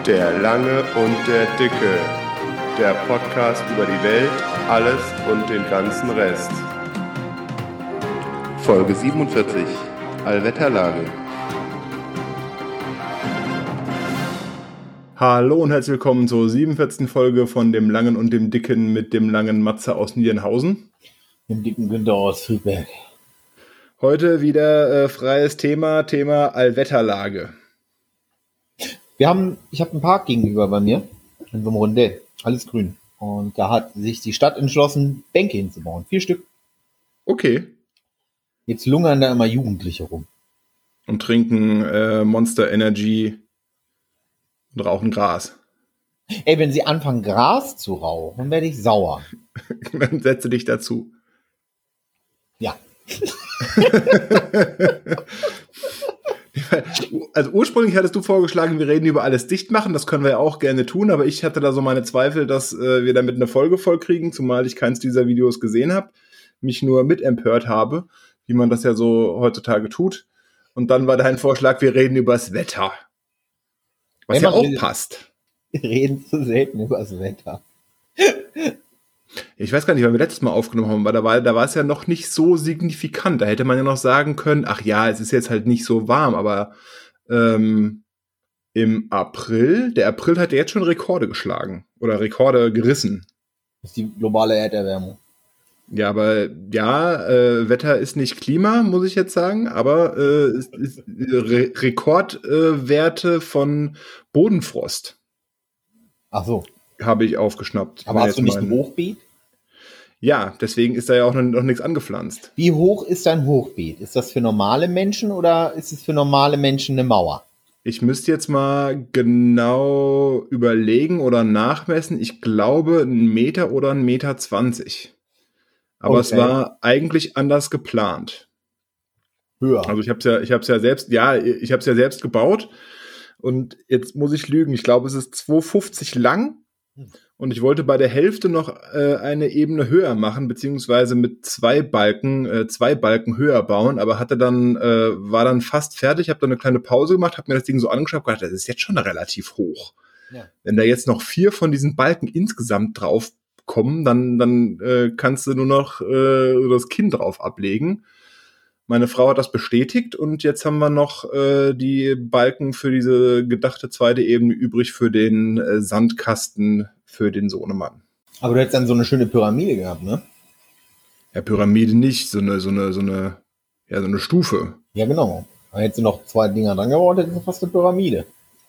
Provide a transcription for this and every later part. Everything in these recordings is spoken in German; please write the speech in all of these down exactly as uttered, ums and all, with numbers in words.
Der Lange und der Dicke. Der Podcast über die Welt, alles und den ganzen Rest. Folge siebenundvierzig. Allwetterlage. Hallo und herzlich willkommen zur siebenundvierzigsten Folge von dem Langen und dem Dicken mit dem langen Matze aus Niedernhausen. Dem dicken Günther aus Friedberg. Heute wieder äh, freies Thema, Thema Allwetterlage. Wir haben, ich habe einen Park gegenüber bei mir, in so einem Rondell, alles grün. Und da hat sich die Stadt entschlossen, Bänke hinzubauen. Vier Stück. Okay. Jetzt lungern da immer Jugendliche rum. Und trinken äh, Monster Energy und rauchen Gras. Ey, wenn sie anfangen, Gras zu rauchen, werde ich sauer. Dann setze dich dazu. Ja. Also ursprünglich hattest du vorgeschlagen, wir reden über alles dicht machen, das können wir ja auch gerne tun, aber ich hatte da so meine Zweifel, dass äh, wir damit eine Folge voll kriegen, zumal ich keins dieser Videos gesehen habe, mich nur mitempört habe, wie man das ja so heutzutage tut. Und dann war dein Vorschlag, wir reden über das Wetter. Was Wenn ja man auch redet, passt. Wir reden zu selten über das Wetter. Ich weiß gar nicht, weil wir letztes Mal aufgenommen haben, weil da war, da war es ja noch nicht so signifikant. Da hätte man ja noch sagen können, ach ja, es ist jetzt halt nicht so warm, aber ähm, im April, der April hat ja jetzt schon Rekorde geschlagen oder Rekorde gerissen. Das ist die globale Erderwärmung. Ja, aber ja, äh, Wetter ist nicht Klima, muss ich jetzt sagen, aber äh, es ist Re- Rekordwerte äh, von Bodenfrost. Ach so. Habe ich aufgeschnappt. Aber Wenn hast du jetzt nicht mein- ein Hochbeet? Ja, deswegen ist da ja auch noch, noch nichts angepflanzt. Wie hoch ist dein Hochbeet? Ist das für normale Menschen oder ist es für normale Menschen eine Mauer? Ich müsste jetzt mal genau überlegen oder nachmessen. Ich glaube, ein Meter oder ein Meter zwanzig. Aber es Okay. war eigentlich anders geplant. Höher. Also ich habe es ja, ich habe es ja selbst, ja, ich habe es ja selbst gebaut. Und jetzt muss ich lügen. Ich glaube, es ist zwei Meter fünfzig lang. Und ich wollte bei der Hälfte noch äh, eine Ebene höher machen, beziehungsweise mit zwei Balken, äh, zwei Balken höher bauen, aber hatte dann, äh, war dann fast fertig, habe dann eine kleine Pause gemacht, habe mir das Ding so angeschaut und gedacht, das ist jetzt schon relativ hoch. Ja. Wenn da jetzt noch vier von diesen Balken insgesamt drauf kommen, dann, dann äh, kannst du nur noch äh, das Kinn drauf ablegen. Meine Frau hat das bestätigt und jetzt haben wir noch äh, die Balken für diese gedachte zweite Ebene übrig für den äh, Sandkasten für den Sohnemann. Aber du hättest dann so eine schöne Pyramide gehabt, ne? Ja, Pyramide nicht, so eine, so eine, so eine, ja, so eine Stufe. Ja, genau. Da hättest du noch zwei Dinger dran gebaut, hättest du fast eine Pyramide.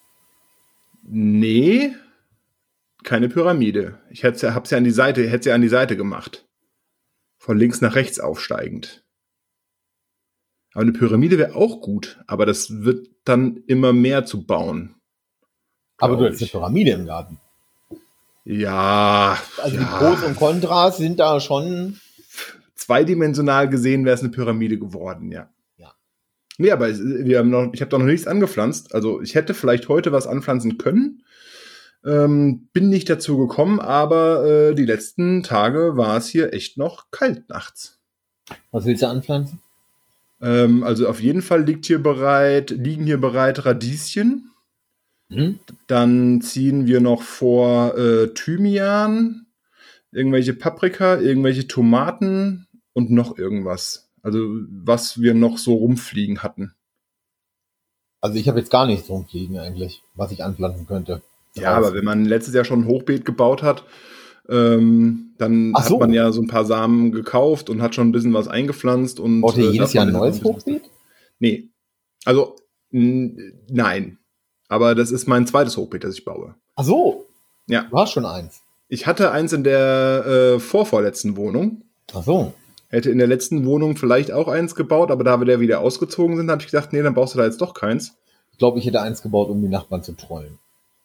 Nee, keine Pyramide. Ich hätte, hab's ja an die Seite, hätte sie an die Seite gemacht. Von links nach rechts aufsteigend. Aber eine Pyramide wäre auch gut, aber das wird dann immer mehr zu bauen. Aber du glaub hättest eine ich. Pyramide im Garten. Ja, Also die ja. Pros und Kontras sind da schon. Zweidimensional gesehen wäre es eine Pyramide geworden, ja. Ja. Nee, aber es, wir haben noch, ich habe da noch nichts angepflanzt. Also ich hätte vielleicht heute was anpflanzen können. Ähm, bin nicht dazu gekommen, aber äh, die letzten Tage war es hier echt noch kalt nachts. Was willst du anpflanzen? Ähm, also auf jeden Fall liegt hier bereit, liegen hier bereit Radieschen. Hm? Dann ziehen wir noch vor äh, Thymian, irgendwelche Paprika, irgendwelche Tomaten und noch irgendwas. Also was wir noch so rumfliegen hatten. Also ich habe jetzt gar nichts rumfliegen eigentlich, was ich anpflanzen könnte. Ja, aber wenn man letztes Jahr schon ein Hochbeet gebaut hat, ähm, dann Ach so. hat man ja so ein paar Samen gekauft und hat schon ein bisschen was eingepflanzt. Und Baut ihr äh, jedes davon Jahr ein ist neues noch ein bisschen- Hochbeet? Nee. Also, n- nein. Aber das ist mein zweites Hochbeet, das ich baue. Ach so, Ja. du hast schon eins. Ich hatte eins in der äh, vorvorletzten Wohnung. Ach so. Hätte in der letzten Wohnung vielleicht auch eins gebaut, aber da wir da wieder ausgezogen sind, habe ich gedacht, nee, dann baust du da jetzt doch keins. Ich glaube, ich hätte eins gebaut, um die Nachbarn zu trollen.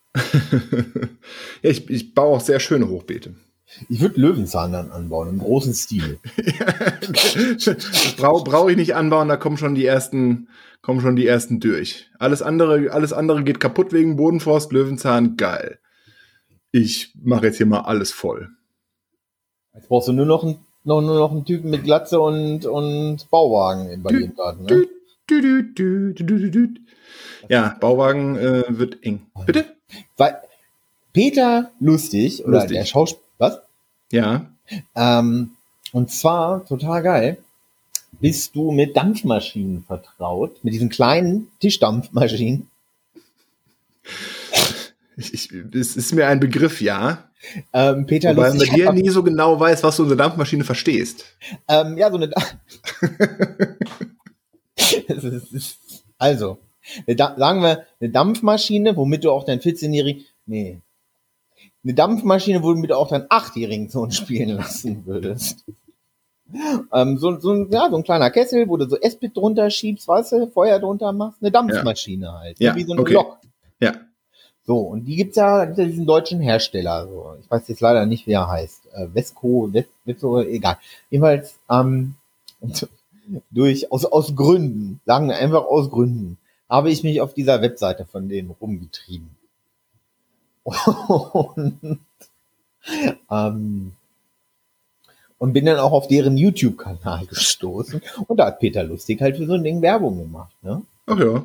Ja, ich, ich baue auch sehr schöne Hochbeete. Ich würde Löwenzahn dann anbauen, im großen Stil. Brauche brauch ich nicht anbauen, da kommen schon die ersten, kommen schon die ersten durch. Alles andere, alles andere geht kaputt wegen Bodenfrost, Löwenzahn, geil. Ich mache jetzt hier mal alles voll. Jetzt brauchst du nur noch einen, noch, nur noch einen Typen mit Glatze und, und Bauwagen bei dir im Garten. Ne? Dü, dü, dü, dü, dü, dü, dü. Ja, Bauwagen äh, wird eng. Bitte? Weil Peter Lustig, oder Lustig. der Schauspieler, was? Ja. Ähm, und zwar, total geil, bist du mit Dampfmaschinen vertraut, mit diesen kleinen Tischdampfmaschinen. Ich, ich, es ist mir ein Begriff, ja. Ähm, Peter Wobei man bei Lustig dir hat, nie so genau weiß, was du unter Dampfmaschine verstehst. ähm, ja, so eine, Es ist- es ist- also, eine Da- sagen wir, eine Dampfmaschine, womit du auch deinen vierzehnjährigen, nee, eine Dampfmaschine, womit du auch deinen achtjährigen Sohn spielen lassen würdest. Ähm, so, so, ein- ja, so ein kleiner Kessel, wo du so Esprit drunter schiebst, weißt du, Feuer drunter machst, eine Dampfmaschine halt, Ja, wie so eine okay. Lok. Ja. So, und die gibt's ja, gibt's ja diesen deutschen Hersteller, so. Ich weiß jetzt leider nicht, wie er heißt. Äh, Vesco, Ves- Vesco, egal. Jedenfalls, ähm, durch, aus, aus Gründen, sagen wir einfach aus Gründen, habe ich mich auf dieser Webseite von denen rumgetrieben. Und, ähm, und bin dann auch auf deren YouTube-Kanal gestoßen. Und da hat Peter Lustig halt für so ein Ding Werbung gemacht. Ne? Ach ja.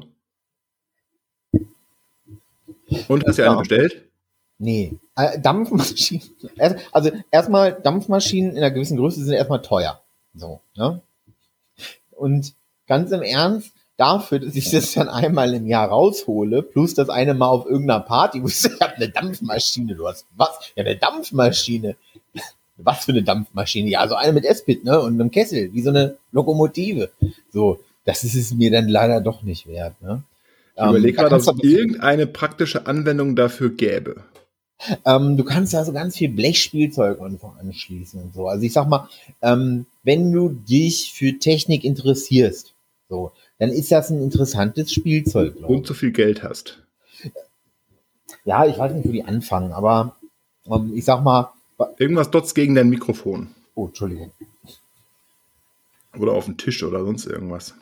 Und hast du Ja. eine bestellt? Nee, äh, Dampfmaschinen. Erst, also erstmal, Dampfmaschinen in einer gewissen Größe sind erstmal teuer. So, ne? Und ganz im Ernst, dafür, dass ich das dann einmal im Jahr raushole, plus das eine Mal auf irgendeiner Party, wo ich sage, ich habe eine Dampfmaschine, du hast was? Ja, eine Dampfmaschine. Was für eine Dampfmaschine? Ja, so eine mit Esprit, ne? Und einem Kessel, wie so eine Lokomotive. So, das ist es mir dann leider doch nicht wert, ne? Ich überlege Ähm, da gerade, ob kannst es du aber- irgendeine praktische Anwendung dafür gäbe. Ähm, du kannst da so ganz viel Blechspielzeug einfach anschließen und so. Also ich sag mal, ähm, wenn du dich für Technik interessierst, so, dann ist das ein interessantes Spielzeug, glaube Und ich. so viel Geld hast. Ja, ich weiß nicht, wo die anfangen, aber ähm, ich sag mal, Irgendwas dotzt gegen dein Mikrofon. oh, Entschuldigung. Oder auf den Tisch oder sonst irgendwas.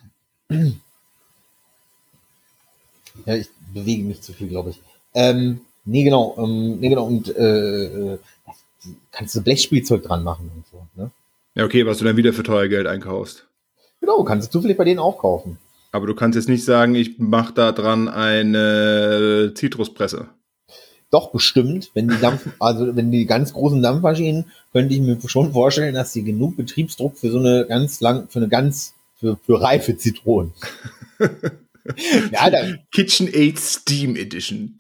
Ja, ich bewege mich zu viel, glaube ich. Ähm, nee, genau, ähm, nee, genau, und äh, äh, kannst du Blechspielzeug dran machen und so, ne? Ja, okay, was du dann wieder für teuer Geld einkaufst. Genau, kannst du zufällig bei denen auch kaufen. Aber du kannst jetzt nicht sagen, ich mache da dran eine Zitruspresse. Doch, bestimmt. Wenn die Dampf, also wenn die ganz großen Dampfmaschinen, könnte ich mir schon vorstellen, dass die genug Betriebsdruck für so eine ganz lang, für eine ganz, für, für reife Zitronen. Ja, dann, KitchenAid Steam Edition.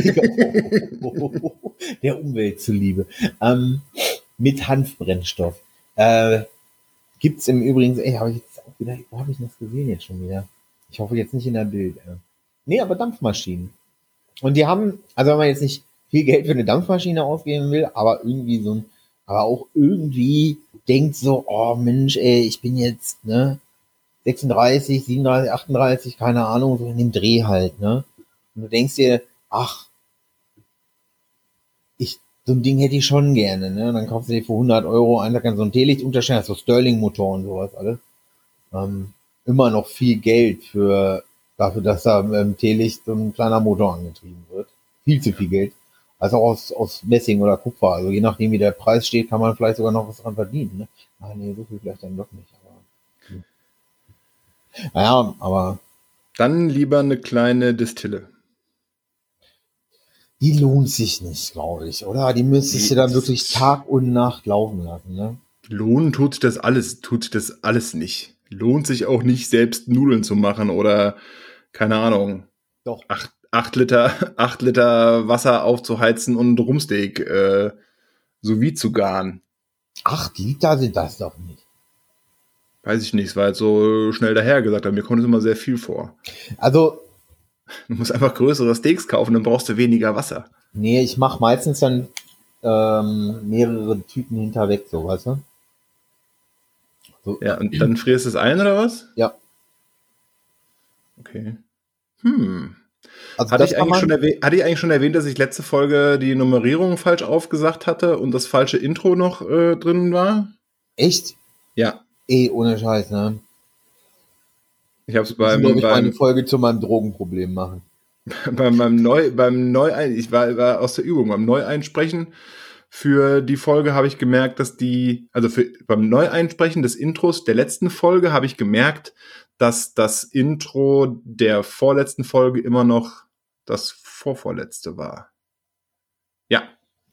der Umwelt zuliebe. Ähm, mit Hanfbrennstoff. Äh, gibt's im Übrigen, ey, habe ich jetzt auch wieder, wo habe ich das gesehen jetzt schon wieder? Ich hoffe jetzt nicht in der Bild. Äh. Nee, aber Dampfmaschinen. Und die haben, also wenn man jetzt nicht viel Geld für eine Dampfmaschine ausgeben will, aber irgendwie so ein, aber auch irgendwie denkt so, oh Mensch, ey, ich bin jetzt, ne, sechsunddreißig, siebenunddreißig, achtunddreißig, keine Ahnung, so in dem Dreh halt, ne. Und du denkst dir, ach, ich, so ein Ding hätte ich schon gerne, ne. Und dann kaufst du dir für hundert Euro einfach so ein Teelichtuntersteller, so Stirling-Motor und sowas alles. Ähm, immer noch viel Geld für, dafür, dass da im Teelicht so ein kleiner Motor angetrieben wird. Viel zu viel Geld. Also auch aus, aus Messing oder Kupfer. Also je nachdem, wie der Preis steht, kann man vielleicht sogar noch was dran verdienen. Ne? Ach nee, so viel vielleicht dann doch nicht. Aber, hm. Naja, aber Dann lieber eine kleine Distille. die lohnt sich nicht, glaube ich, oder? Die müsstest du dann wirklich Tag und Nacht laufen lassen, ne? Lohnen tut sich das alles, tut sich das alles nicht. Lohnt sich auch nicht, selbst Nudeln zu machen oder, keine Ahnung, Doch. acht, acht Liter, acht Liter Wasser aufzuheizen und Rumsteak äh, sous vide zu garen. Acht Liter sind das doch nicht. Weiß ich nicht, es war jetzt so schnell dahergesagt, aber mir kommt es immer sehr viel vor. Also, Du musst einfach größere Steaks kaufen, dann brauchst du weniger Wasser. nee, ich mache meistens dann ähm, mehrere Tüten hinterweg, so, weißt du? So, Ja, und dann frierst du es ein, oder was? ja. Okay. Hm. Also Hatte das ich, kann eigentlich man, schon erwähnt, hatte ich eigentlich schon erwähnt, dass ich letzte Folge die Nummerierung falsch aufgesagt hatte und das falsche Intro noch äh, drin war? echt? Ja. Ey, ohne Scheiß, ne? Ich habe es Ich beim, glaube ich mal eine beim, Folge zu meinem Drogenproblem machen. beim, beim Neu, beim Neuein, ich war, war aus der Übung, beim Neueinsprechen für die Folge habe ich gemerkt, dass die, also für, beim Neueinsprechen des Intros der letzten Folge habe ich gemerkt, dass das Intro der vorletzten Folge immer noch das vorvorletzte war. Ja.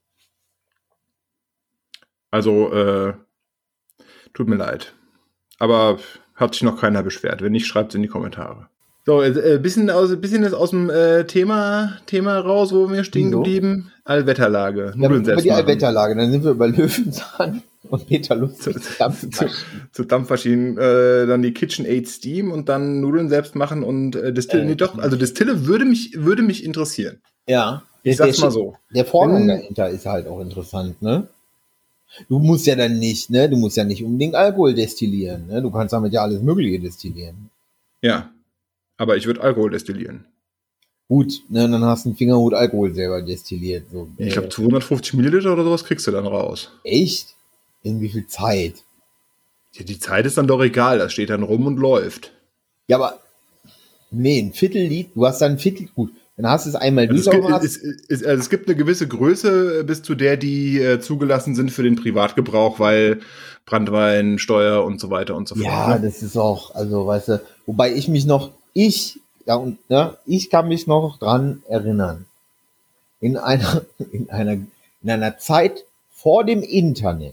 Also, äh, tut mir leid. Aber hat sich noch keiner beschwert. Wenn nicht, schreibt es in die Kommentare. So, ein äh, bisschen, aus, bisschen ist aus dem äh, Thema, Thema raus, wo wir stehen Wieso? geblieben. Allwetterlage. Nudeln Ja, selbst die machen. Allwetterlage, dann sind wir bei Löwenzahn und Peter Lustig. Zu, zu, zu Dampfmaschinen, äh, dann die KitchenAid Steam und dann Nudeln selbst machen und äh, Distille. Äh, nee, doch, also Distille würde mich, würde mich interessieren. Ja. Ich der, sag's der, mal so. Der Vorgang Wenn- dahinter ist halt auch interessant, ne? Du musst ja dann nicht, ne? Du musst ja nicht unbedingt Alkohol destillieren, ne? Du kannst damit ja alles Mögliche destillieren. Ja. Aber ich würde Alkohol destillieren. Gut, ne? Dann hast du einen Fingerhut Alkohol selber destilliert. So, Ich äh, glaube, zweihundertfünfzig Milliliter oder sowas kriegst du dann raus. Echt? In wie viel Zeit? Ja, die Zeit ist dann doch egal. Das steht dann rum und läuft. Ja, aber nee, ein Viertel Liter, du hast dann ein Viertel, gut, dann hast du es einmal Also es, durch, gibt, aber hast, es, es, also es gibt eine gewisse Größe, bis zu der die äh, zugelassen sind für den Privatgebrauch, weil Branntwein, Steuer und so weiter und so fort. ja, ne? das ist auch, also weißt du, wobei ich mich noch, ich, ja und ne, ich kann mich noch dran erinnern. In einer, in einer, in einer Zeit vor dem Internet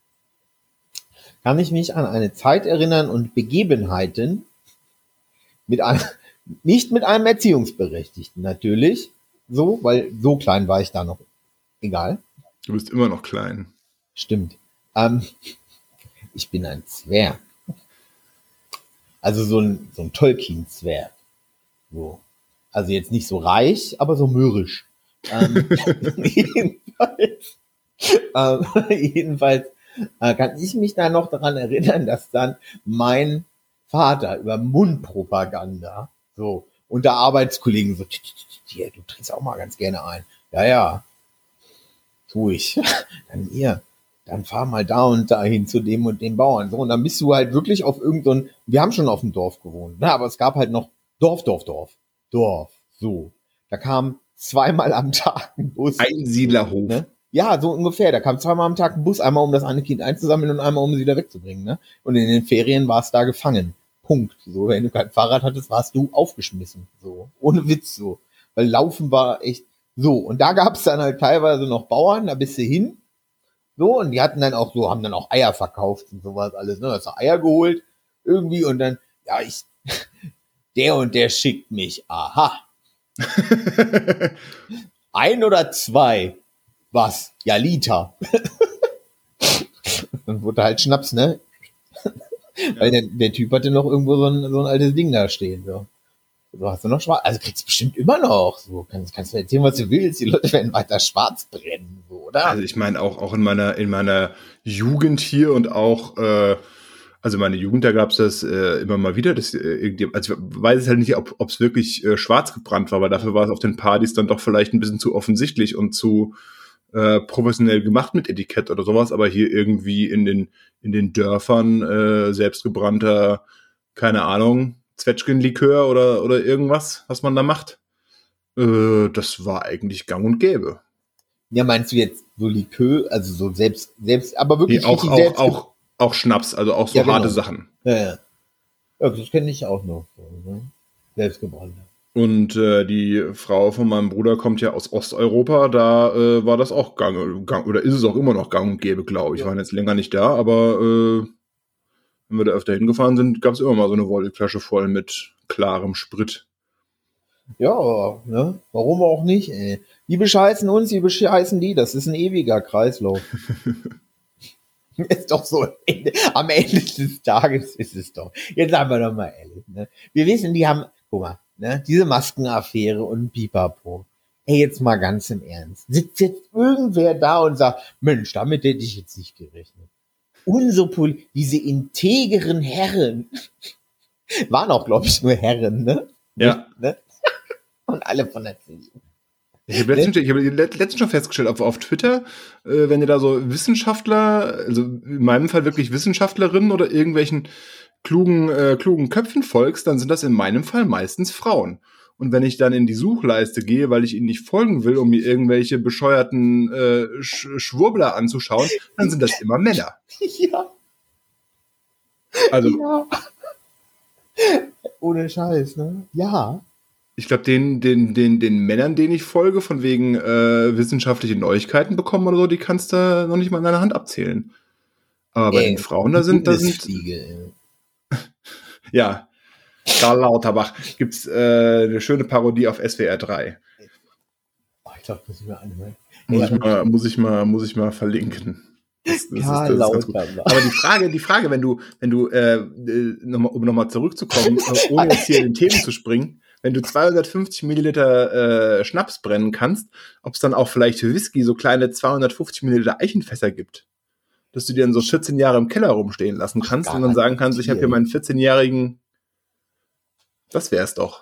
kann ich mich an eine Zeit erinnern und Begebenheiten mit einem, nicht mit einem Erziehungsberechtigten natürlich, so, weil so klein war ich da noch. Egal, Du bist immer noch klein. stimmt. Ähm, ich bin ein Zwerg. Also so ein, so ein Tolkien-Zwerg. So. Also jetzt nicht so reich, aber so mürrisch. Ähm, jedenfalls, ähm, jedenfalls äh, kann ich mich da noch daran erinnern, dass dann mein Vater über Mundpropaganda so unter Arbeitskollegen so, hier, du trinkst auch mal ganz gerne ein. Ja, ja, tu ich. Dann hier, dann fahr mal da und da hin zu dem und dem Bauern. So, und dann bist du halt wirklich auf irgendein, wir haben schon auf dem Dorf gewohnt, ne, aber es gab halt noch Dorf, Dorf, Dorf, Dorf, so. Da kam zweimal am Tag ein Bus. Einsiedlerhof. Ne? Ja, so ungefähr. Da kam zweimal am Tag ein Bus, einmal um das eine Kind einzusammeln und einmal um sie wieder wegzubringen. Ne? Und in den Ferien warst du da gefangen. Punkt. So, wenn du kein Fahrrad hattest, warst du aufgeschmissen. So, ohne Witz so. Weil Laufen war echt so. Und da gab es dann halt teilweise noch Bauern, da bist du hin. So, und die hatten dann auch so, haben dann auch Eier verkauft und sowas alles. Ne? Hast du Eier geholt irgendwie und dann, ja, ich, der und der schickt mich. Aha. Ein oder zwei? Was? Ja, Liter. Dann wurde halt Schnaps, ne? Weil der, der Typ hatte noch irgendwo so ein, so ein altes Ding da stehen. So. So hast du noch schwarz. Also kriegst du bestimmt immer noch. So kannst, kannst du erzählen, was du willst. Die Leute werden weiter schwarz brennen, so, oder? Also ich meine auch, auch in meiner, in meiner Jugend hier und auch, äh, also meine Jugend, da gab es das äh, immer mal wieder. Das, äh, irgendwie, also ich weiß es halt nicht, ob es wirklich äh, schwarz gebrannt war, weil dafür war es auf den Partys dann doch vielleicht ein bisschen zu offensichtlich und zu äh, professionell gemacht mit Etikett oder sowas. Aber hier irgendwie in den, in den Dörfern äh, selbstgebrannter, keine Ahnung, Zwetschgenlikör oder, oder irgendwas, was man da macht. Äh, das war eigentlich gang und gäbe. Ja, meinst du jetzt so Likör, also so selbst, selbst, aber wirklich Nee, auch, richtig auch, selbst. auch, auch Schnaps, also auch so Ja, genau. harte Sachen. Ja, ja. Ja, das kenne ich auch noch. So, ne? Selbstgebrannte. Und äh, die Frau von meinem Bruder kommt ja aus Osteuropa, da äh, war das auch gang, gang, oder ist es auch immer noch gang und gäbe, glaube ich. Ja. Wir waren jetzt länger nicht da, aber äh, wenn wir da öfter hingefahren sind, gab es immer mal so eine Wollflasche voll mit klarem Sprit. Ja, aber, ne? Warum auch nicht, ey? Die bescheißen uns, die bescheißen die. Das ist ein ewiger Kreislauf. Ist doch so. Am Ende des Tages ist es doch. Jetzt sagen wir doch mal ehrlich. Ne? Wir wissen, die haben, guck mal, ne? Diese Maskenaffäre und Pipapo. Ey, jetzt mal ganz im Ernst. Sitzt jetzt irgendwer da und sagt, Mensch, damit hätte ich jetzt nicht gerechnet. Unsere Pol diese integeren Herren waren auch, glaube ich, nur Herren, ne? Ja. Ne? Und alle von der C D U. Ich habe letztens, ich hab letztens schon festgestellt, auf, auf Twitter, äh, wenn ihr da so Wissenschaftler, also in meinem Fall wirklich Wissenschaftlerinnen oder irgendwelchen klugen, äh, klugen Köpfen folgst, dann sind das in meinem Fall meistens Frauen. Und wenn ich dann in die Suchleiste gehe, weil ich ihnen nicht folgen will, um mir irgendwelche bescheuerten äh, Sch- Schwurbler anzuschauen, dann sind das immer Männer. Ja. Also Ja. Ohne Scheiß, ne? Ja. Ich glaube, den, den, den, den Männern, denen ich folge, von wegen äh, wissenschaftliche Neuigkeiten bekommen oder so, die kannst du noch nicht mal in deiner Hand abzählen. Aber bei Ey, den Frauen, da sind, da sind, Bundesfliege, ja, Karl Lauterbach, gibt's äh, eine schöne Parodie auf S W R drei. oh, ich glaube, das ist mir anhören. Muss, Ja, ich mal, muss, ich mal, muss ich mal verlinken. Das, das Karl ist, das ist ganz gut. Lauterbach. Aber die Frage, die Frage, wenn du, wenn du, äh, noch mal, um nochmal zurückzukommen, äh, ohne jetzt hier in den Themen zu springen, wenn du zweihundertfünfzig Milliliter äh, Schnaps brennen kannst, ob es dann auch vielleicht für Whisky so kleine zweihundertfünfzig Milliliter Eichenfässer gibt, dass du dir dann so vierzehn Jahre im Keller rumstehen lassen kannst Ach, und dann sagen kannst, ich habe hier meinen vierzehnjährigen, das wär's doch.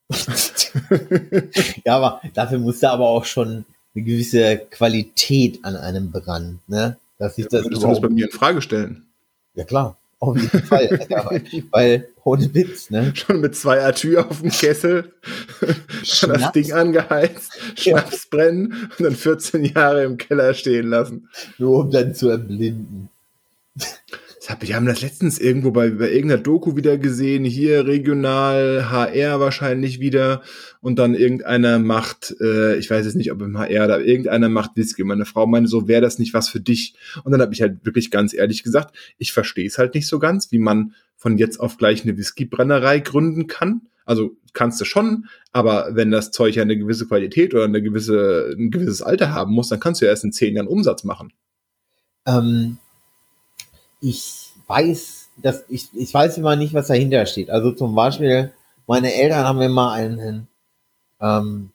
Ja, aber dafür musst du aber auch schon eine gewisse Qualität an einem Brand, ne? Dass ich das Würdest du das bei mir in Frage stellen? Ja klar, auf jeden Fall. Ja, weil, weil, ohne Witz, ne? Schon mit zwei Atür auf dem Kessel, schon das Ding angeheizt, Schnaps ja. brennen und dann vierzehn Jahre im Keller stehen lassen. Nur um dann zu erblinden. Das hab, wir haben das letztens irgendwo bei, bei irgendeiner Doku wieder gesehen, hier regional, H R wahrscheinlich wieder und dann irgendeiner macht, äh, ich weiß jetzt nicht, ob im H R, da irgendeiner macht Whisky. Meine Frau meinte so, wäre das nicht was für dich? Und dann habe ich halt wirklich ganz ehrlich gesagt, ich verstehe es halt nicht so ganz, wie man von jetzt auf gleich eine Whiskybrennerei gründen kann. Also kannst du schon, aber wenn das Zeug ja eine gewisse Qualität oder eine gewisse, ein gewisses Alter haben muss, dann kannst du ja erst in zehn Jahren Umsatz machen. Ähm, ich weiß, dass ich, ich weiß immer nicht, was dahinter steht. Also zum Beispiel, meine Eltern haben immer einen, ähm,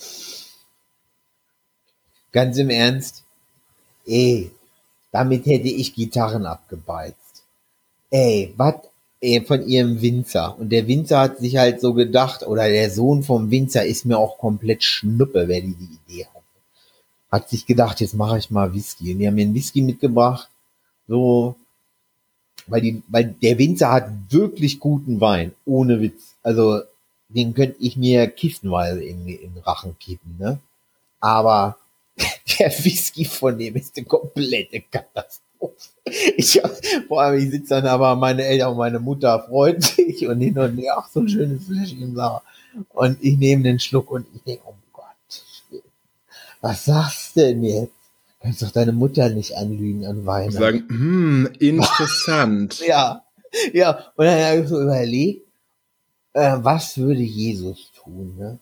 ganz im Ernst, ey, damit hätte ich Gitarren abgebeizt. Ey, was? Ey, von ihrem Winzer. Und der Winzer hat sich halt so gedacht, oder der Sohn vom Winzer ist mir auch komplett Schnuppe, wer die die Idee hat. Hat sich gedacht, jetzt mache ich mal Whisky. Und die haben mir einen Whisky mitgebracht, so, weil die, weil der Winzer hat wirklich guten Wein, ohne Witz. Also, den könnte ich mir kistenweise irgendwie in den Rachen kippen, ne? Aber der Whisky von dem ist eine komplette Katastrophe. Ich, vor allem, ich sitze dann aber, meine Eltern und meine Mutter freuen sich und hin und her, ach, so ein schönes Fläschchen Sauer. Und ich nehme den Schluck und ich denke, oh Gott, was sagst du denn jetzt? Kannst doch deine Mutter nicht anlügen an Weihnachten. Sagen, hm, interessant. Ja, ja. Und dann habe ich so überlegt, äh, was würde Jesus tun, ne?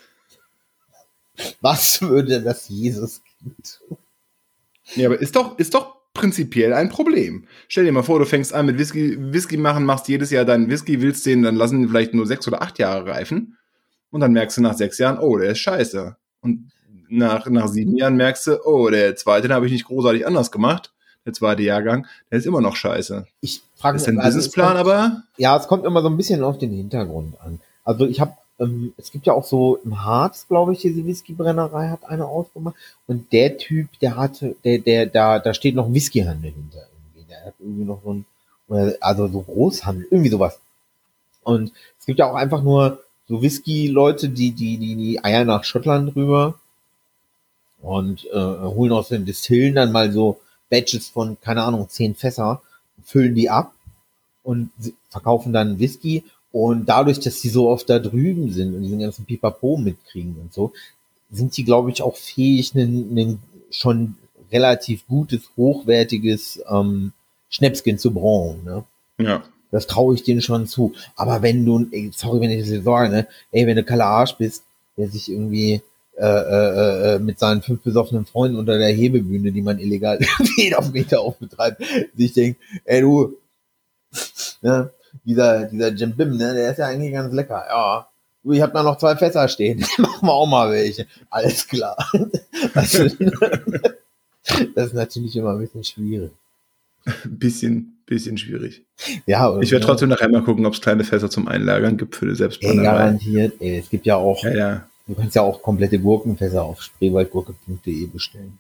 Was würde das Jesus-Kind tun? Ja, aber ist doch, ist doch prinzipiell ein Problem. Stell dir mal vor, du fängst an mit Whisky, Whisky machen, machst jedes Jahr deinen Whisky, willst den, dann lassen die vielleicht nur sechs oder acht Jahre reifen. Und dann merkst du nach sechs Jahren, oh, der ist scheiße. Und nach, nach sieben Jahren merkst du, oh, der zweite, den habe ich nicht großartig anders gemacht. Der zweite Jahrgang, der ist immer noch scheiße. Ich frage mich, ist ein also Businessplan, kommt, aber? Ja, es kommt immer so ein bisschen auf den Hintergrund an. Also ich habe, ähm, es gibt ja auch so im Harz, glaube ich, diese Whiskybrennerei hat eine aufgemacht. Und der Typ, der hatte, der, der, da, da steht noch ein Whiskyhandel hinter irgendwie. Der hat irgendwie noch so ein, also so Großhandel, irgendwie sowas. Und es gibt ja auch einfach nur so Whisky-Leute, die, die, die, die eiern nach Schottland rüber und äh, holen aus den Distillen dann mal so Batches von, keine Ahnung, zehn Fässer, füllen die ab und verkaufen dann Whisky. Und dadurch, dass die so oft da drüben sind und diesen ganzen Pipapo mitkriegen und so, sind die, glaube ich, auch fähig, ein schon relativ gutes, hochwertiges ähm, Schnäpschen zu brauen. Ne? Ja. Das traue ich denen schon zu. Aber wenn du, ey, sorry, wenn ich das jetzt sage, ne, ey, wenn du Kalle Arsch bist, der sich irgendwie äh, äh, mit seinen fünf besoffenen Freunden unter der Hebebühne, die man illegal jeden auf Meter aufbetreibt, sich denkt, ey du, ne, dieser, dieser Jim Bim, ne, der ist ja eigentlich ganz lecker, ja. Du, ich hab da noch zwei Fässer stehen, machen wir auch mal welche. Alles klar. Also, das ist natürlich immer ein bisschen schwierig. Ein bisschen, bisschen schwierig. Ja, und, ich werde trotzdem nachher mal gucken, ob es kleine Fässer zum Einlagern gibt für die Selbstbrennerei. Ey, garantiert. Ey, es gibt ja auch, ja, ja. Du kannst ja auch komplette Gurkenfässer auf spreewaldgurke punkt de bestellen.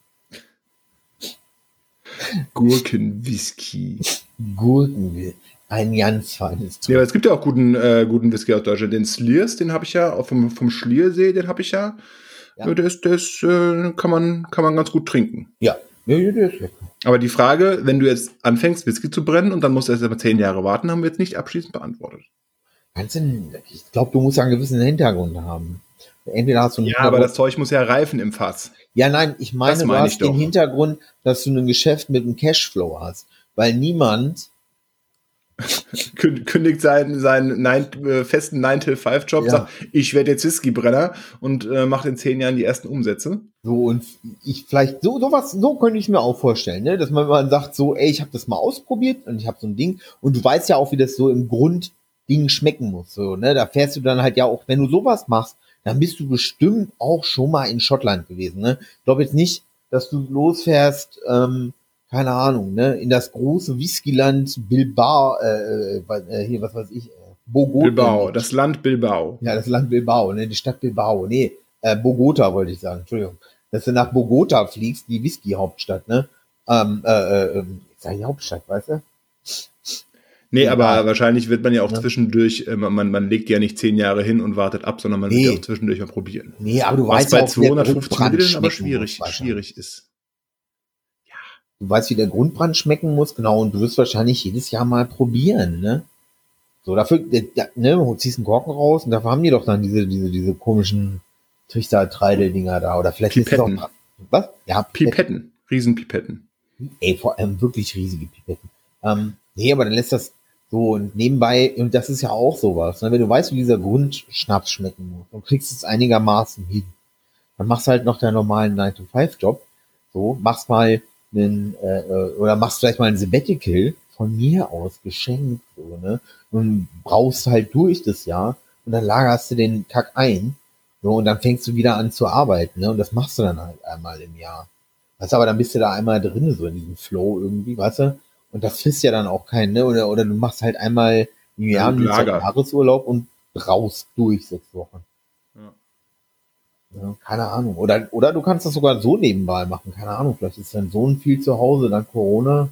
Gurkenwhisky. Gurken, ein ganz feines Zeug. Ja, aber es gibt ja auch guten, äh, guten Whisky aus Deutschland. Den Slears, den habe ich ja, vom, vom Schliersee, den habe ich ja. ja. Der ist, der ist, äh, kann man, kann man ganz gut trinken. Ja. Ja, ja, der ist lecker. Aber die Frage, wenn du jetzt anfängst, Whisky zu brennen und dann musst du erst mal zehn Jahre warten, haben wir jetzt nicht abschließend beantwortet. Kannst du, ich glaube, du musst ja einen gewissen Hintergrund haben. Entweder hast du einen Ja, aber das Zeug muss ja reifen im Fass. Ja, nein, ich meine, Das du meine ich hast den doch. Hintergrund, dass du ein Geschäft mit einem Cashflow hast. Weil niemand, Kün- Kündigt seinen, seinen neun, äh, festen nine to five Job, Ja. sagt, ich werde jetzt Whiskybrenner und äh, macht in zehn Jahren die ersten Umsätze. so und ich vielleicht, so sowas, so könnte ich mir auch vorstellen, ne? Dass man mal sagt, so, ey, ich habe das mal ausprobiert und ich habe so ein Ding und du weißt ja auch, wie das so im Grundding schmecken muss. So, ne? Da fährst du dann halt ja auch, wenn du sowas machst, dann bist du bestimmt auch schon mal in Schottland gewesen. Ne? Ich glaube jetzt nicht, dass du losfährst, ähm, keine Ahnung, ne, in das große Whiskyland Bilbao, äh, äh, hier, was weiß ich, äh, Bogota. Bilbao, das Land Bilbao. Ja, das Land Bilbao, ne, die Stadt Bilbao, nee, äh, Bogota wollte ich sagen, Entschuldigung. Dass du nach Bogota fliegst, die Whisky-Hauptstadt, ne, ähm, äh, äh, ich sag die Hauptstadt, weißt du? Nee, Ja. aber wahrscheinlich wird man ja auch Ja. zwischendurch, äh, man, man legt ja nicht zehn Jahre hin und wartet ab, sondern man Nee. wird ja auch zwischendurch mal probieren. Nee, aber du Was weißt bei ja auch, wie der zweihundertfünfzig Grundbrand Millilitern aber schmecken schwierig, muss, schwierig ist. Du weißt, wie der Grundbrand schmecken muss, genau, und du wirst wahrscheinlich jedes Jahr mal probieren, ne? So, dafür, ja, ne, du ziehst einen Korken raus und dafür haben die doch dann diese, diese, diese komischen Trichter-Treidel-Dinger da, oder vielleicht Pipetten. ist es auch, was? Ja, Pipetten, Riesenpipetten. Ey, vor allem wirklich riesige Pipetten. Ähm, nee, aber dann lässt das so und nebenbei, und das ist ja auch sowas, ne? Wenn du weißt, wie dieser Grundschnaps schmecken muss und kriegst es einigermaßen hin, dann machst du halt noch deinen normalen nine to five Job, so, machst mal einen, äh, äh, oder machst vielleicht mal ein Sabbatical, von mir aus geschenkt, so, ne, und brauchst halt durch das Jahr und dann lagerst du den Kack ein, so, und dann fängst du wieder an zu arbeiten, ne, und das machst du dann halt einmal im Jahr. Weißt du, aber dann bist du da einmal drin, so in diesem Flow irgendwie, weißt du, und das frisst ja dann auch keinen, ne, oder, oder du machst halt einmal im Jahr einen Lager. Jahresurlaub und brauchst durch sechs Wochen. Ja. Ja, keine Ahnung. Oder, oder du kannst das sogar so nebenbei machen. Keine Ahnung. Vielleicht ist dein Sohn viel zu Hause, dann Corona.